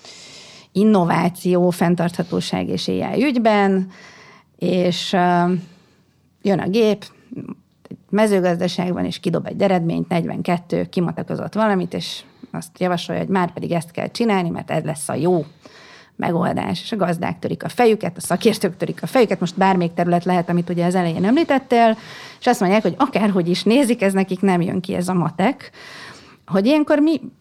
innováció, fenntarthatóság és AI ügyben, és jön a gép, mezőgazdaságban, és kidob egy eredményt, 42, kimatakozott valamit, és azt javasolja, hogy már pedig ezt kell csinálni, mert ez lesz a jó megoldás. És a gazdák törik a fejüket, a szakértők törik a fejüket, most bármelyik terület lehet, amit ugye az elején említettél, és azt mondják, hogy akárhogy is nézik, ez nekik nem jön ki ez a matek, hogy ilyenkor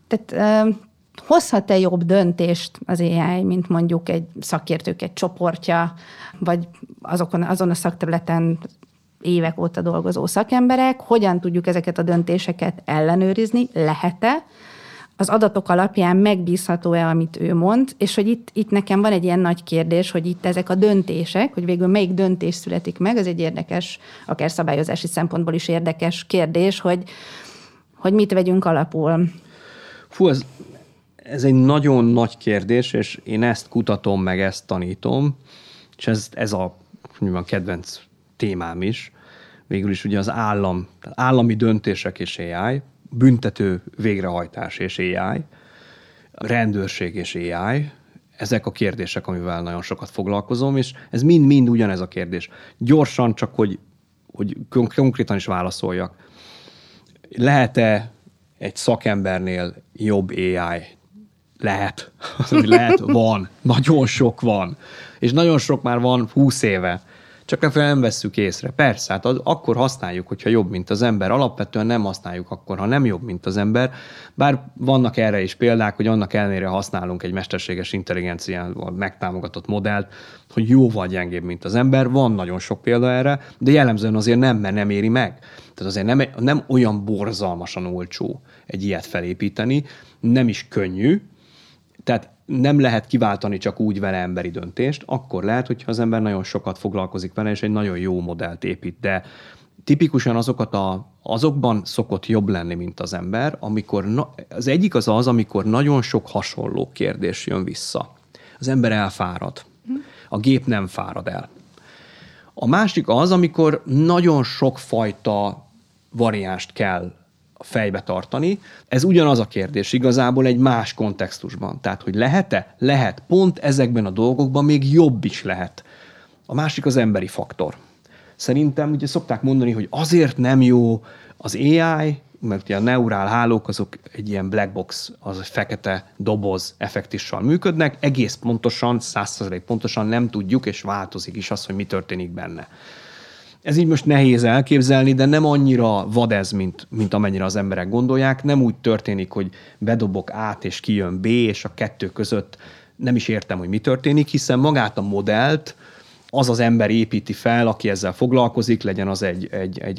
hozhat-e jobb döntést az AI, mint mondjuk egy szakértők egy csoportja, vagy azon a szakterületen évek óta dolgozó szakemberek, hogyan tudjuk ezeket a döntéseket ellenőrizni, lehet-e, az adatok alapján megbízható-e, amit ő mond, és hogy itt nekem van egy ilyen nagy kérdés, hogy itt ezek a döntések, hogy végül melyik döntés születik meg, az egy érdekes, akár szabályozási szempontból is érdekes kérdés, hogy mit vegyünk alapul. Fú, ez egy nagyon nagy kérdés, és én ezt kutatom, meg ezt tanítom, és ez a kedvenc témám is. Végül is ugye az állami döntések és AI, büntető végrehajtás és AI, rendőrség és AI, ezek a kérdések, amivel nagyon sokat foglalkozom, és ez mind ugyanez a kérdés. Gyorsan, csak hogy konkrétan is válaszoljak. Lehet-e egy szakembernél jobb AI? Lehet. Van. Nagyon sok van. És nagyon sok már van 20 éve. Csak nem vesszük észre. Persze, hát akkor használjuk, hogyha jobb, mint az ember. Alapvetően nem használjuk akkor, ha nem jobb, mint az ember. Bár vannak erre is példák, hogy annak ellenére használunk egy mesterséges intelligenciával megtámogatott modellt, hogy jóval gyengébb, mint az ember. Van nagyon sok példa erre, de jellemzően azért nem, mert nem éri meg. Tehát azért nem olyan borzalmasan olcsó egy ilyet felépíteni, nem is könnyű. Tehát nem lehet kiváltani csak úgy vele emberi döntést, akkor lehet, hogyha az ember nagyon sokat foglalkozik vele, és egy nagyon jó modellt épít, tipikusan azokban szokott jobb lenni, mint az ember, amikor az egyik az, amikor nagyon sok hasonló kérdés jön vissza. Az ember elfárad. A gép nem fárad el. A másik az, amikor nagyon sokfajta variánst kell fejbe tartani. Ez ugyanaz a kérdés, igazából egy más kontextusban. Tehát, hogy lehet-e? Lehet. Pont ezekben a dolgokban még jobb is lehet. A másik az emberi faktor. Szerintem ugye szokták mondani, hogy azért nem jó az AI, mert ugye a neurál hálók azok egy ilyen black box, az egy fekete doboz effektissal működnek, egész pontosan, 100% pontosan nem tudjuk, és változik is az, hogy mi történik benne. Ez így most nehéz elképzelni, de nem annyira vad ez, mint amennyire az emberek gondolják. Nem úgy történik, hogy bedobok át, és kijön B, és a kettő között nem is értem, hogy mi történik, hiszen magát a modellt az az ember építi fel, aki ezzel foglalkozik, legyen az egy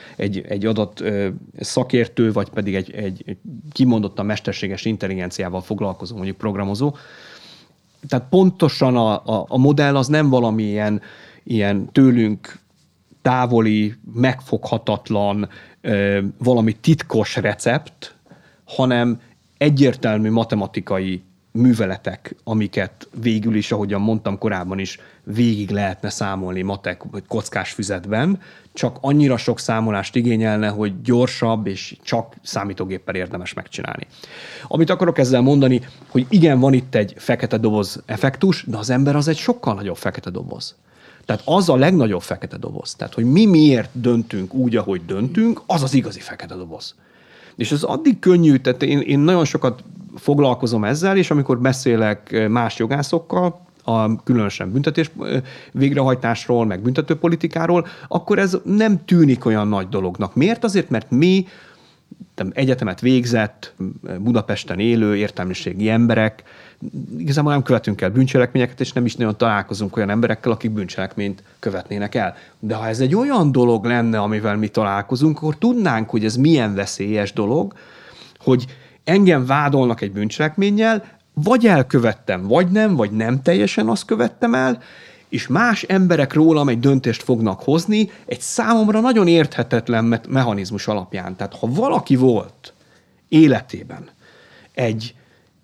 adat szakértő, vagy pedig egy kimondottan mesterséges intelligenciával foglalkozó, mondjuk programozó. Tehát pontosan a modell az nem valami ilyen tőlünk távoli, megfoghatatlan, valami titkos recept, hanem egyértelmű matematikai műveletek, amiket végül is, ahogyan mondtam korábban is, végig lehetne számolni matek vagy kockás füzetben, csak annyira sok számolást igényelne, hogy gyorsabb és csak számítógéppel érdemes megcsinálni. Amit akarok ezzel mondani, hogy igen, van itt egy fekete doboz effektus, de az ember az egy sokkal nagyobb fekete doboz. Tehát az a legnagyobb fekete doboz. Tehát, hogy mi miért döntünk úgy, ahogy döntünk, az az igazi fekete doboz. És ez addig könnyű, tehát én nagyon sokat foglalkozom ezzel, és amikor beszélek más jogászokkal, különösen büntetés végrehajtásról, meg büntetőpolitikáról, akkor ez nem tűnik olyan nagy dolognak. Miért? Azért, mert mi egyetemet végzett, Budapesten élő értelmiségi emberek, igazából nem követünk el bűncselekményeket, és nem is nagyon találkozunk olyan emberekkel, akik bűncselekményt követnének el. De ha ez egy olyan dolog lenne, amivel mi találkozunk, akkor tudnánk, hogy ez milyen veszélyes dolog, hogy engem vádolnak egy bűncselekménnyel, vagy elkövettem, vagy nem teljesen azt követtem el, és más emberek rólam egy döntést fognak hozni egy számomra nagyon érthetetlen mechanizmus alapján. Tehát ha valaki volt életében egy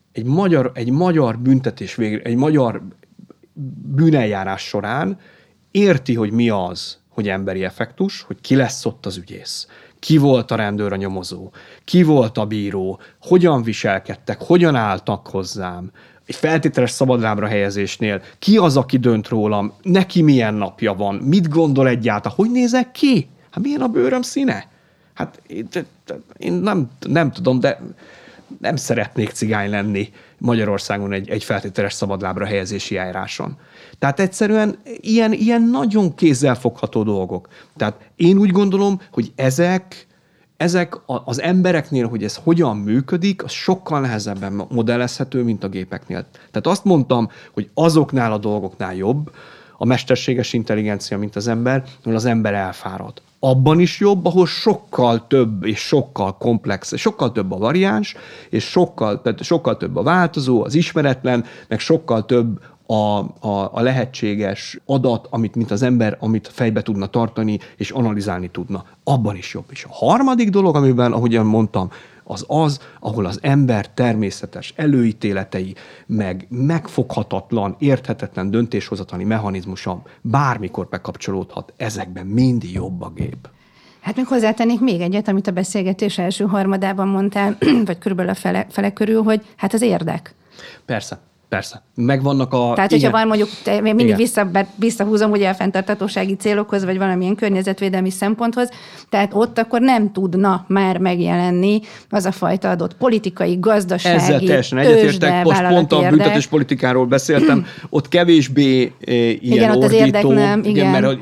magyar büntetés egy magyar bűneljárás során érti, hogy mi az, hogy emberi effektus, hogy ki lesz ott az ügyész, ki volt a rendőr, a nyomozó, ki volt a bíró, hogyan viselkedtek, hogyan álltak hozzám, egy feltételes szabadlábra helyezésnél, ki az, aki dönt rólam, neki milyen napja van, mit gondol egyáltalán, hogy nézek ki? Hát milyen a bőröm színe? Hát én nem tudom, de nem szeretnék cigány lenni Magyarországon egy feltételes szabadlábra helyezési eljáráson. Tehát egyszerűen ilyen nagyon kézzelfogható dolgok. Tehát én úgy gondolom, hogy ezek az embereknél, hogy ez hogyan működik, az sokkal nehezebben modellezhető, mint a gépeknél. Tehát azt mondtam, hogy azoknál a dolgoknál jobb a mesterséges intelligencia, mint az ember, mert az ember elfárad. Abban is jobb, ahol sokkal több és sokkal komplex, sokkal több a variáns, és sokkal több a változó, az ismeretlen, meg sokkal több a lehetséges adat, mint az ember, amit fejbe tudna tartani, és analizálni tudna. Abban is jobb. És a harmadik dolog, amiben, ahogyan mondtam, az, ahol az ember természetes előítéletei, meg megfoghatatlan, érthetetlen döntéshozatali mechanizmusa bármikor bekapcsolódhat, ezekben mindig jobb a gép. Hát még hozzátennék még egyet, amit a beszélgetés első harmadában mondtál, vagy körülbelül a fele körül, hogy hát az érdek. Persze. Megvannak a... Tehát, hogyha van mondjuk, mindig visszahúzom ugye a fenntarthatósági célokhoz, vagy valamilyen környezetvédelmi szemponthoz, tehát ott akkor nem tudna már megjelenni az a fajta adott politikai, gazdasági, ezzel teljesen egyetértek. Most pont a büntetéspolitikáról beszéltem, ott kevésbé ilyen ordító, az érdek nem, igen. Mert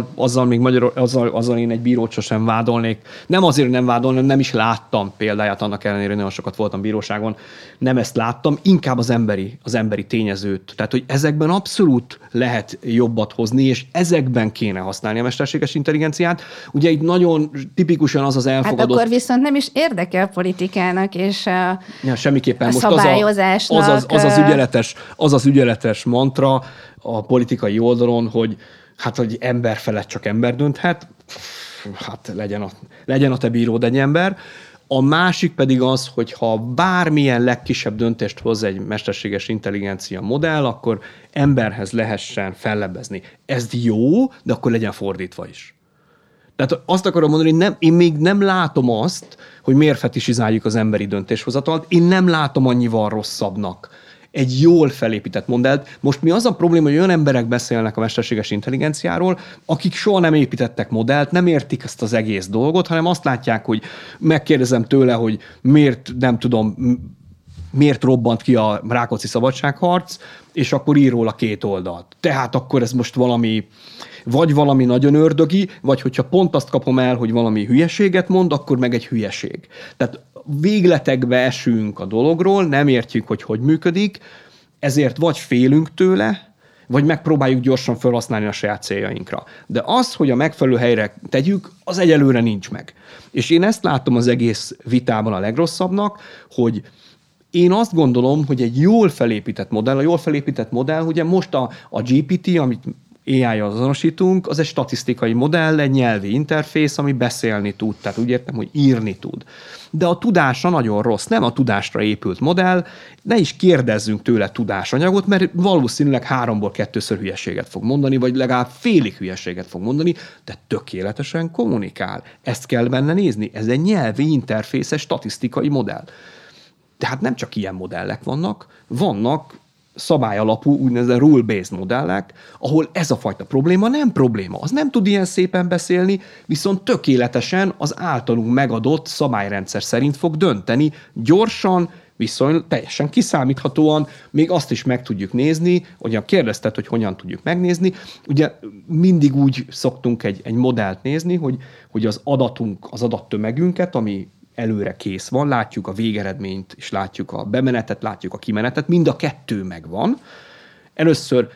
azzal én egy bírót sosem vádolnék. Nem azért nem vádolnám, nem is láttam példáját, annak ellenére nagyon sokat voltam bíróságon, nem ezt láttam, inkább az emberi tényezőt. Tehát, hogy ezekben abszolút lehet jobbat hozni, és ezekben kéne használni a mesterséges intelligenciát. Ugye itt nagyon tipikusan az elfogadott... Hát akkor viszont nem is érdekel politikának, és semmiképpen. A most szabályozásnak... Az az ügyeletes mantra a politikai oldalon, hogy ember felett csak ember dönthet. hát legyen a te bíród egy ember. A másik pedig az, hogy ha bármilyen legkisebb döntést hoz egy mesterséges intelligencia modell, akkor emberhez lehessen fellebbezni. Ez jó, de akkor legyen fordítva is. Tehát azt akarom mondani, hogy én még nem látom azt, hogy miért fetisizáljuk az emberi döntéshozatalt. Én nem látom annyival rosszabbnak egy jól felépített modellt. Most mi az a probléma, hogy olyan emberek beszélnek a mesterséges intelligenciáról, akik soha nem építettek modellt, nem értik ezt az egész dolgot, hanem azt látják, hogy megkérdezem tőle, hogy miért robbant ki a Rákóczi szabadságharc, és akkor ír róla 2 oldalt. Tehát akkor ez most valami nagyon ördögi, vagy hogyha pont azt kapom el, hogy valami hülyeséget mond, akkor meg egy hülyeség. Tehát végletekbe esünk a dologról, nem értjük, hogy működik, ezért vagy félünk tőle, vagy megpróbáljuk gyorsan felhasználni a saját céljainkra. De az, hogy a megfelelő helyre tegyük, az egyelőre nincs meg. És én ezt látom az egész vitában a legrosszabbnak, hogy én azt gondolom, hogy egy jól felépített modell, ugye most a GPT, amit AI-jal azonosítunk, az egy statisztikai modell, egy nyelvi interfész, ami beszélni tud, tehát úgy értem, hogy írni tud. De a tudása nagyon rossz, nem a tudásra épült modell, ne is kérdezzünk tőle tudásanyagot, mert valószínűleg 3-ból 2-ször hülyeséget fog mondani, vagy legalább félig hülyeséget fog mondani, de tökéletesen kommunikál. Ezt kell benne nézni, ez egy nyelvi interfészes statisztikai modell. Tehát nem csak ilyen modellek vannak szabályalapú, úgynevezett rule-based modellek, ahol ez a fajta probléma nem probléma. Az nem tud ilyen szépen beszélni, viszont tökéletesen az általunk megadott szabályrendszer szerint fog dönteni, gyorsan, viszonylag teljesen kiszámíthatóan, még azt is meg tudjuk nézni, ugyan kérdezted, hogy hogyan tudjuk megnézni. Ugye mindig úgy szoktunk egy modellt nézni, hogy az adattömegünket, ami előre kész van, látjuk a végeredményt, és látjuk a bemenetet, látjuk a kimenetet, mind a 2 megvan. Először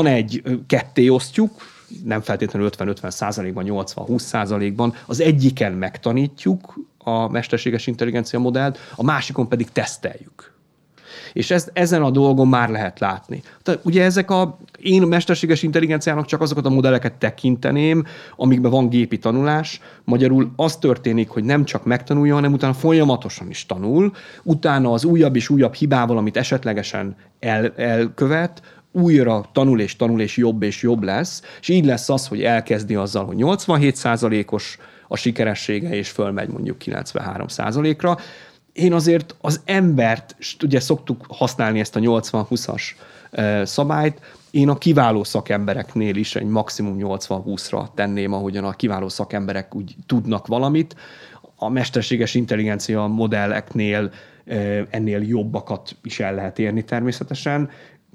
ketté osztjuk, nem feltétlenül 50-50%-ban, 80-20%-ban, az egyiken megtanítjuk a mesterséges intelligencia modellt, a másikon pedig teszteljük. És ezen a dolgon már lehet látni. Tehát ugye én mesterséges intelligenciának csak azokat a modelleket tekinteném, amikben van gépi tanulás. Magyarul az történik, hogy nem csak megtanulja, hanem utána folyamatosan is tanul. Utána az újabb és újabb hibával, amit esetlegesen elkövet, újra tanul és jobb lesz. És így lesz az, hogy elkezdi azzal, hogy 87%-os a sikeressége, és fölmegy mondjuk 93%-ra. Én azért az embert, ugye szoktuk használni ezt a 80-20-as szabályt, én a kiváló szakembereknél is egy maximum 80-20-ra tenném, ahogyan a kiváló szakemberek úgy tudnak valamit. A mesterséges intelligencia modelleknél ennél jobbakat is el lehet érni természetesen.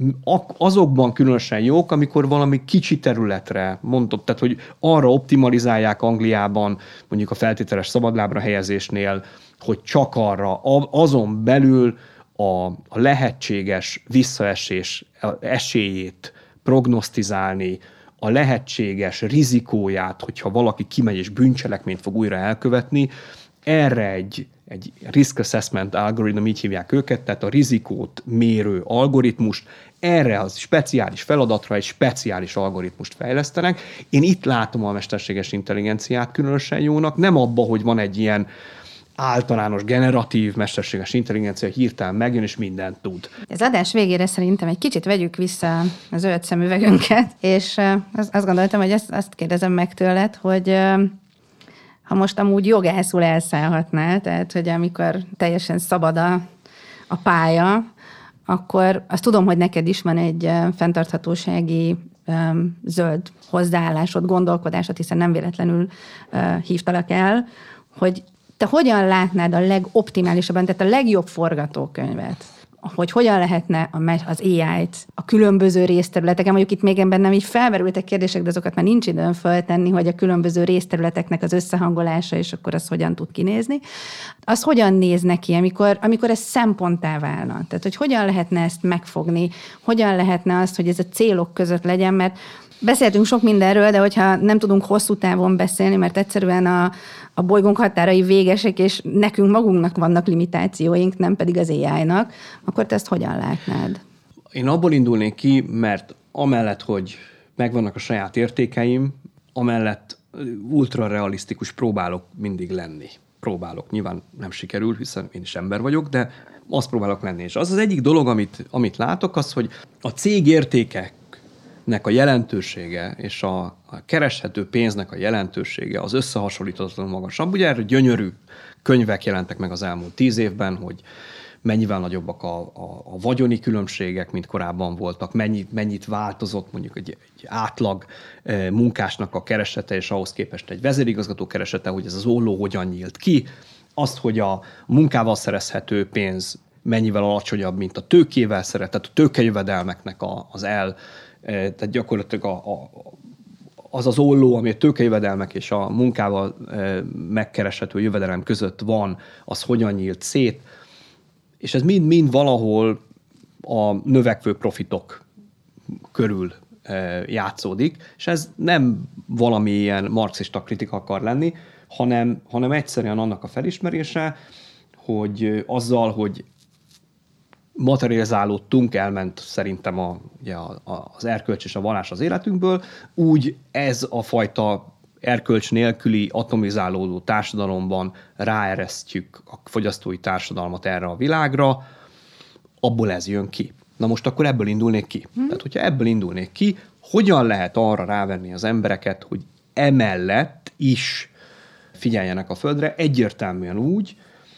Azokban különösen jók, amikor valami kicsi területre mondott, tehát hogy arra optimalizálják Angliában, mondjuk a feltételes szabadlábra helyezésnél, hogy csak arra, azon belül a lehetséges visszaesés esélyét prognosztizálni, a lehetséges rizikóját, hogyha valaki kimegy és bűncselekményt fog újra elkövetni, erre egy risk assessment algorithm, így hívják őket, tehát a rizikót mérő algoritmust, erre az speciális feladatra egy speciális algoritmust fejlesztenek. Én itt látom a mesterséges intelligenciát különösen jónak, nem abba, hogy van egy ilyen általános, generatív, mesterséges intelligencia hirtelen megjön, és mindent tud. Az adás végére szerintem egy kicsit vegyük vissza a zöld szemüvegünket, és azt gondoltam, hogy azt kérdezem meg tőled, hogy ha most amúgy jogászul elszállhatnál, tehát hogy amikor teljesen szabad a pálya, akkor azt tudom, hogy neked is van egy fenntarthatósági zöld hozzáállásod, gondolkodásod, hiszen nem véletlenül hívtalak el, hogy te hogyan látnád a legoptimálisabban, tehát a legjobb forgatókönyvet, hogy hogyan lehetne az AI-t a különböző részterületeken, mondjuk itt még bennem így felmerültek kérdések, de azokat már nincs időn föltenni, hogy a különböző részterületeknek az összehangolása, és akkor az hogyan tud kinézni. Az hogyan néz neki, amikor ez szemponttá válna? Tehát, hogy hogyan lehetne ezt megfogni, hogyan lehetne azt, hogy ez a célok között legyen, mert beszéltünk sok mindenről, de hogyha nem tudunk hosszú távon beszélni, mert egyszerűen a bolygónk határai végesek, és nekünk magunknak vannak limitációink, nem pedig az AI-nak, akkor te ezt hogyan látnád? Én abból indulnék ki, mert amellett, hogy megvannak a saját értékeim, amellett ultra realisztikus próbálok mindig lenni. Nyilván nem sikerül, hiszen én is ember vagyok, de azt próbálok lenni. És az egyik dolog, amit látok, az, hogy a cég értékeknek a jelentősége és a kereshető pénznek a jelentősége az összehasonlíthatatlanul magasabb. Ugye erről gyönyörű könyvek jelentek meg az elmúlt 10 évben, hogy mennyivel nagyobbak a vagyoni különbségek, mint korábban voltak, mennyit változott mondjuk egy átlag munkásnak a keresete, és ahhoz képest egy vezérigazgató keresete, hogy ez az olló hogyan nyílt ki, azt, hogy a munkával szerezhető pénz mennyivel alacsonyabb, mint a tőkével tehát a tőkejövedelmeknek tehát gyakorlatilag az olló, ami a tőkejövedelmek és a munkával megkereshető jövedelem között van, az hogyan nyílt szét, és ez mind valahol a növekvő profitok körül játszódik, és ez nem valami ilyen marxista kritika akar lenni, hanem egyszerűen annak a felismerése, hogy azzal, hogy materializálódtunk, elment szerintem az erkölcs és a vallás az életünkből, úgy ez a fajta erkölcs nélküli atomizálódó társadalomban ráeresztjük a fogyasztói társadalmat erre a világra, abból ez jön ki. Na most akkor ebből indulnék ki. Tehát, hogyha ebből indulnék ki, hogyan lehet arra rávenni az embereket, hogy emellett is figyeljenek a földre, egyértelműen úgy,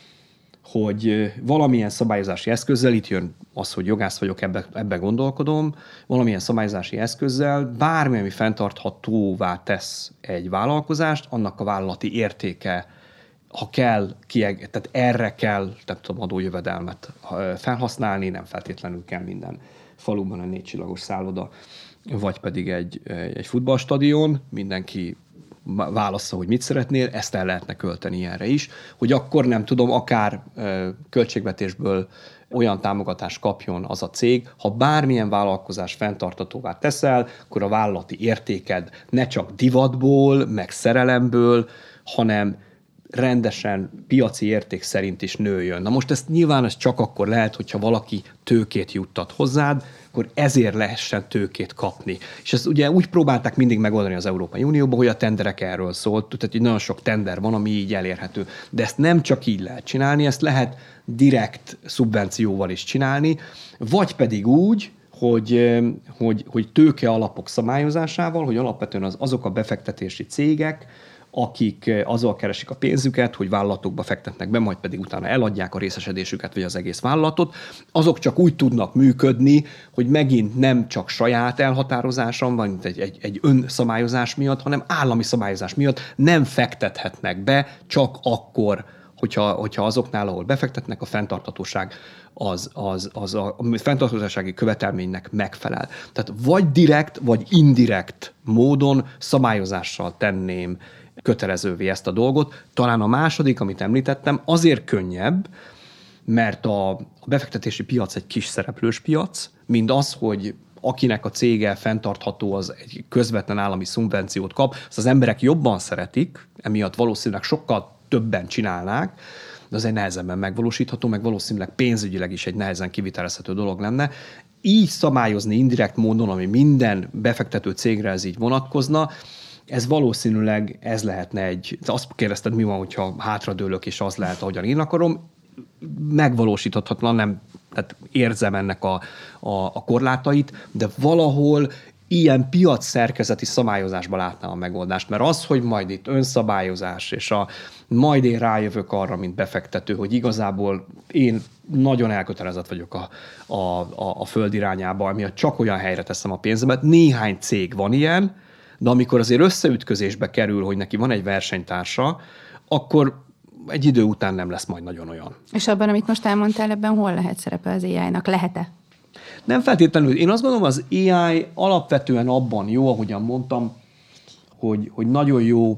hogy valamilyen szabályozási eszközzel, itt jön az, hogy jogász vagyok, ebbe gondolkodom, valamilyen szabályozási eszközzel bármi, ami fenntarthatóvá tesz egy vállalkozást, annak a vállalati értéke, ha kell, tehát erre kell, nem tudom, adójövedelmet felhasználni, nem feltétlenül kell minden faluban egy 4 csillagos szálloda, vagy pedig egy futballstadion, mindenki válassza, hogy mit szeretnél, ezt el lehetne költeni erre is, hogy akkor nem tudom, akár költségvetésből olyan támogatást kapjon az a cég, ha bármilyen vállalkozás fenntartatóvá teszel, akkor a vállalati értéked ne csak divatból, meg szerelemből, hanem rendesen piaci érték szerint is nőjön. Na most ezt nyilván csak akkor lehet, hogyha valaki tőkét juttat hozzád, akkor ezért lehessen tőkét kapni. És ezt ugye úgy próbálták mindig megoldani az Európai Unióban, hogy a tenderek erről szólt, tehát hogy nagyon sok tender van, ami így elérhető. De ezt nem csak így lehet csinálni, ezt lehet direkt szubvencióval is csinálni, vagy pedig úgy, hogy tőke alapok szabályozásával, hogy alapvetően azok a befektetési cégek, akik azzal keresik a pénzüket, hogy vállalatokba fektetnek be, majd pedig utána eladják a részesedésüket, vagy az egész vállalatot, azok csak úgy tudnak működni, hogy megint nem csak saját elhatározáson, vagy egy önszabályozás miatt, hanem állami szabályozás miatt nem fektethetnek be csak akkor, hogyha azoknál, ahol befektetnek, a fenntarthatóság az a fenntarthatósági követelménynek megfelel. Tehát vagy direkt, vagy indirekt módon szabályozással tenném kötelezővé ezt a dolgot. Talán a második, amit említettem, azért könnyebb, mert a befektetési piac egy kis szereplős piac, mint az, hogy akinek a cége fenntartható, az egy közvetlen állami szubvenciót kap, azt az emberek jobban szeretik, emiatt valószínűleg sokkal többen csinálnák, de az egy nehezebben megvalósítható, meg valószínűleg pénzügyileg is egy nehezen kivitelezhető dolog lenne. Így szabályozni indirekt módon, ami minden befektető cégre ez így vonatkozna, ez valószínűleg ez lehetne azt kérdezted, mi van, hogyha hátradőlök, és az lehet, ahogyan én akarom, megvalósíthatatlan, nem, tehát érzem ennek a korlátait, de valahol ilyen piac szerkezeti szabályozásban látnám a megoldást, mert az, hogy majd itt önszabályozás, és majd én rájövök arra, mint befektető, hogy igazából én nagyon elkötelezett vagyok a föld irányába, amiatt csak olyan helyre teszem a pénzemet. Néhány cég van ilyen, de amikor azért összeütközésbe kerül, hogy neki van egy versenytársa, akkor egy idő után nem lesz majd nagyon olyan. És abban, amit most elmondtál, ebben hol lehet szerepe az AI-nak? Lehet-e? Nem feltétlenül. Én azt gondolom, az AI alapvetően abban jó, ahogyan mondtam, hogy nagyon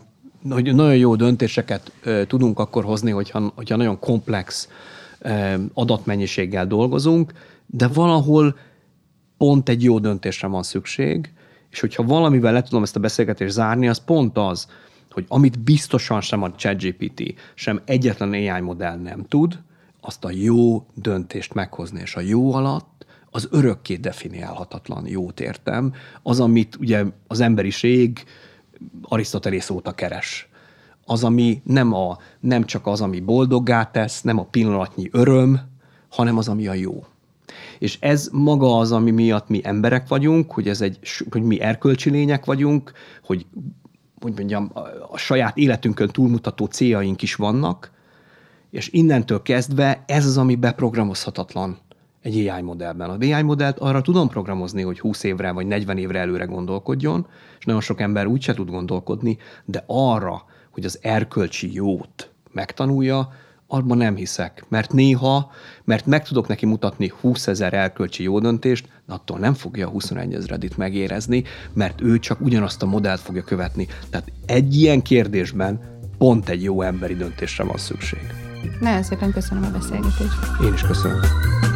jó döntéseket tudunk akkor hozni, hogyha nagyon komplex adatmennyiséggel dolgozunk, de valahol pont egy jó döntésre van szükség, és hogyha valamivel le tudom ezt a beszélgetést zárni, az pont az, hogy amit biztosan sem a ChatGPT, sem egyetlen AI modell nem tud, azt a jó döntést meghozni, és a jó alatt az örökké definiálhatatlan jót értem, az, amit ugye az emberiség Arisztotelész óta keres. Az, ami nem csak az, ami boldoggá tesz, nem a pillanatnyi öröm, hanem az, ami a jó. És ez maga az, ami miatt mi emberek vagyunk, hogy mi erkölcsi lények vagyunk, hogy mondjam, a saját életünkön túlmutató céljaink is vannak, és innentől kezdve ez az, ami beprogramozhatatlan egy AI modellben. Az AI modellt arra tudom programozni, hogy 20 évre vagy 40 évre előre gondolkodjon, és nagyon sok ember úgyse tud gondolkodni, de arra, hogy az erkölcsi jót megtanulja, abban nem hiszek. Mert meg tudok neki mutatni 20 000 erkölcsi jó döntést, de attól nem fogja a 21 000-et megérezni, mert ő csak ugyanazt a modellt fogja követni. Tehát egy ilyen kérdésben pont egy jó emberi döntésre van szükség. Nagyon szépen köszönöm a beszélgetést. Én is köszönöm.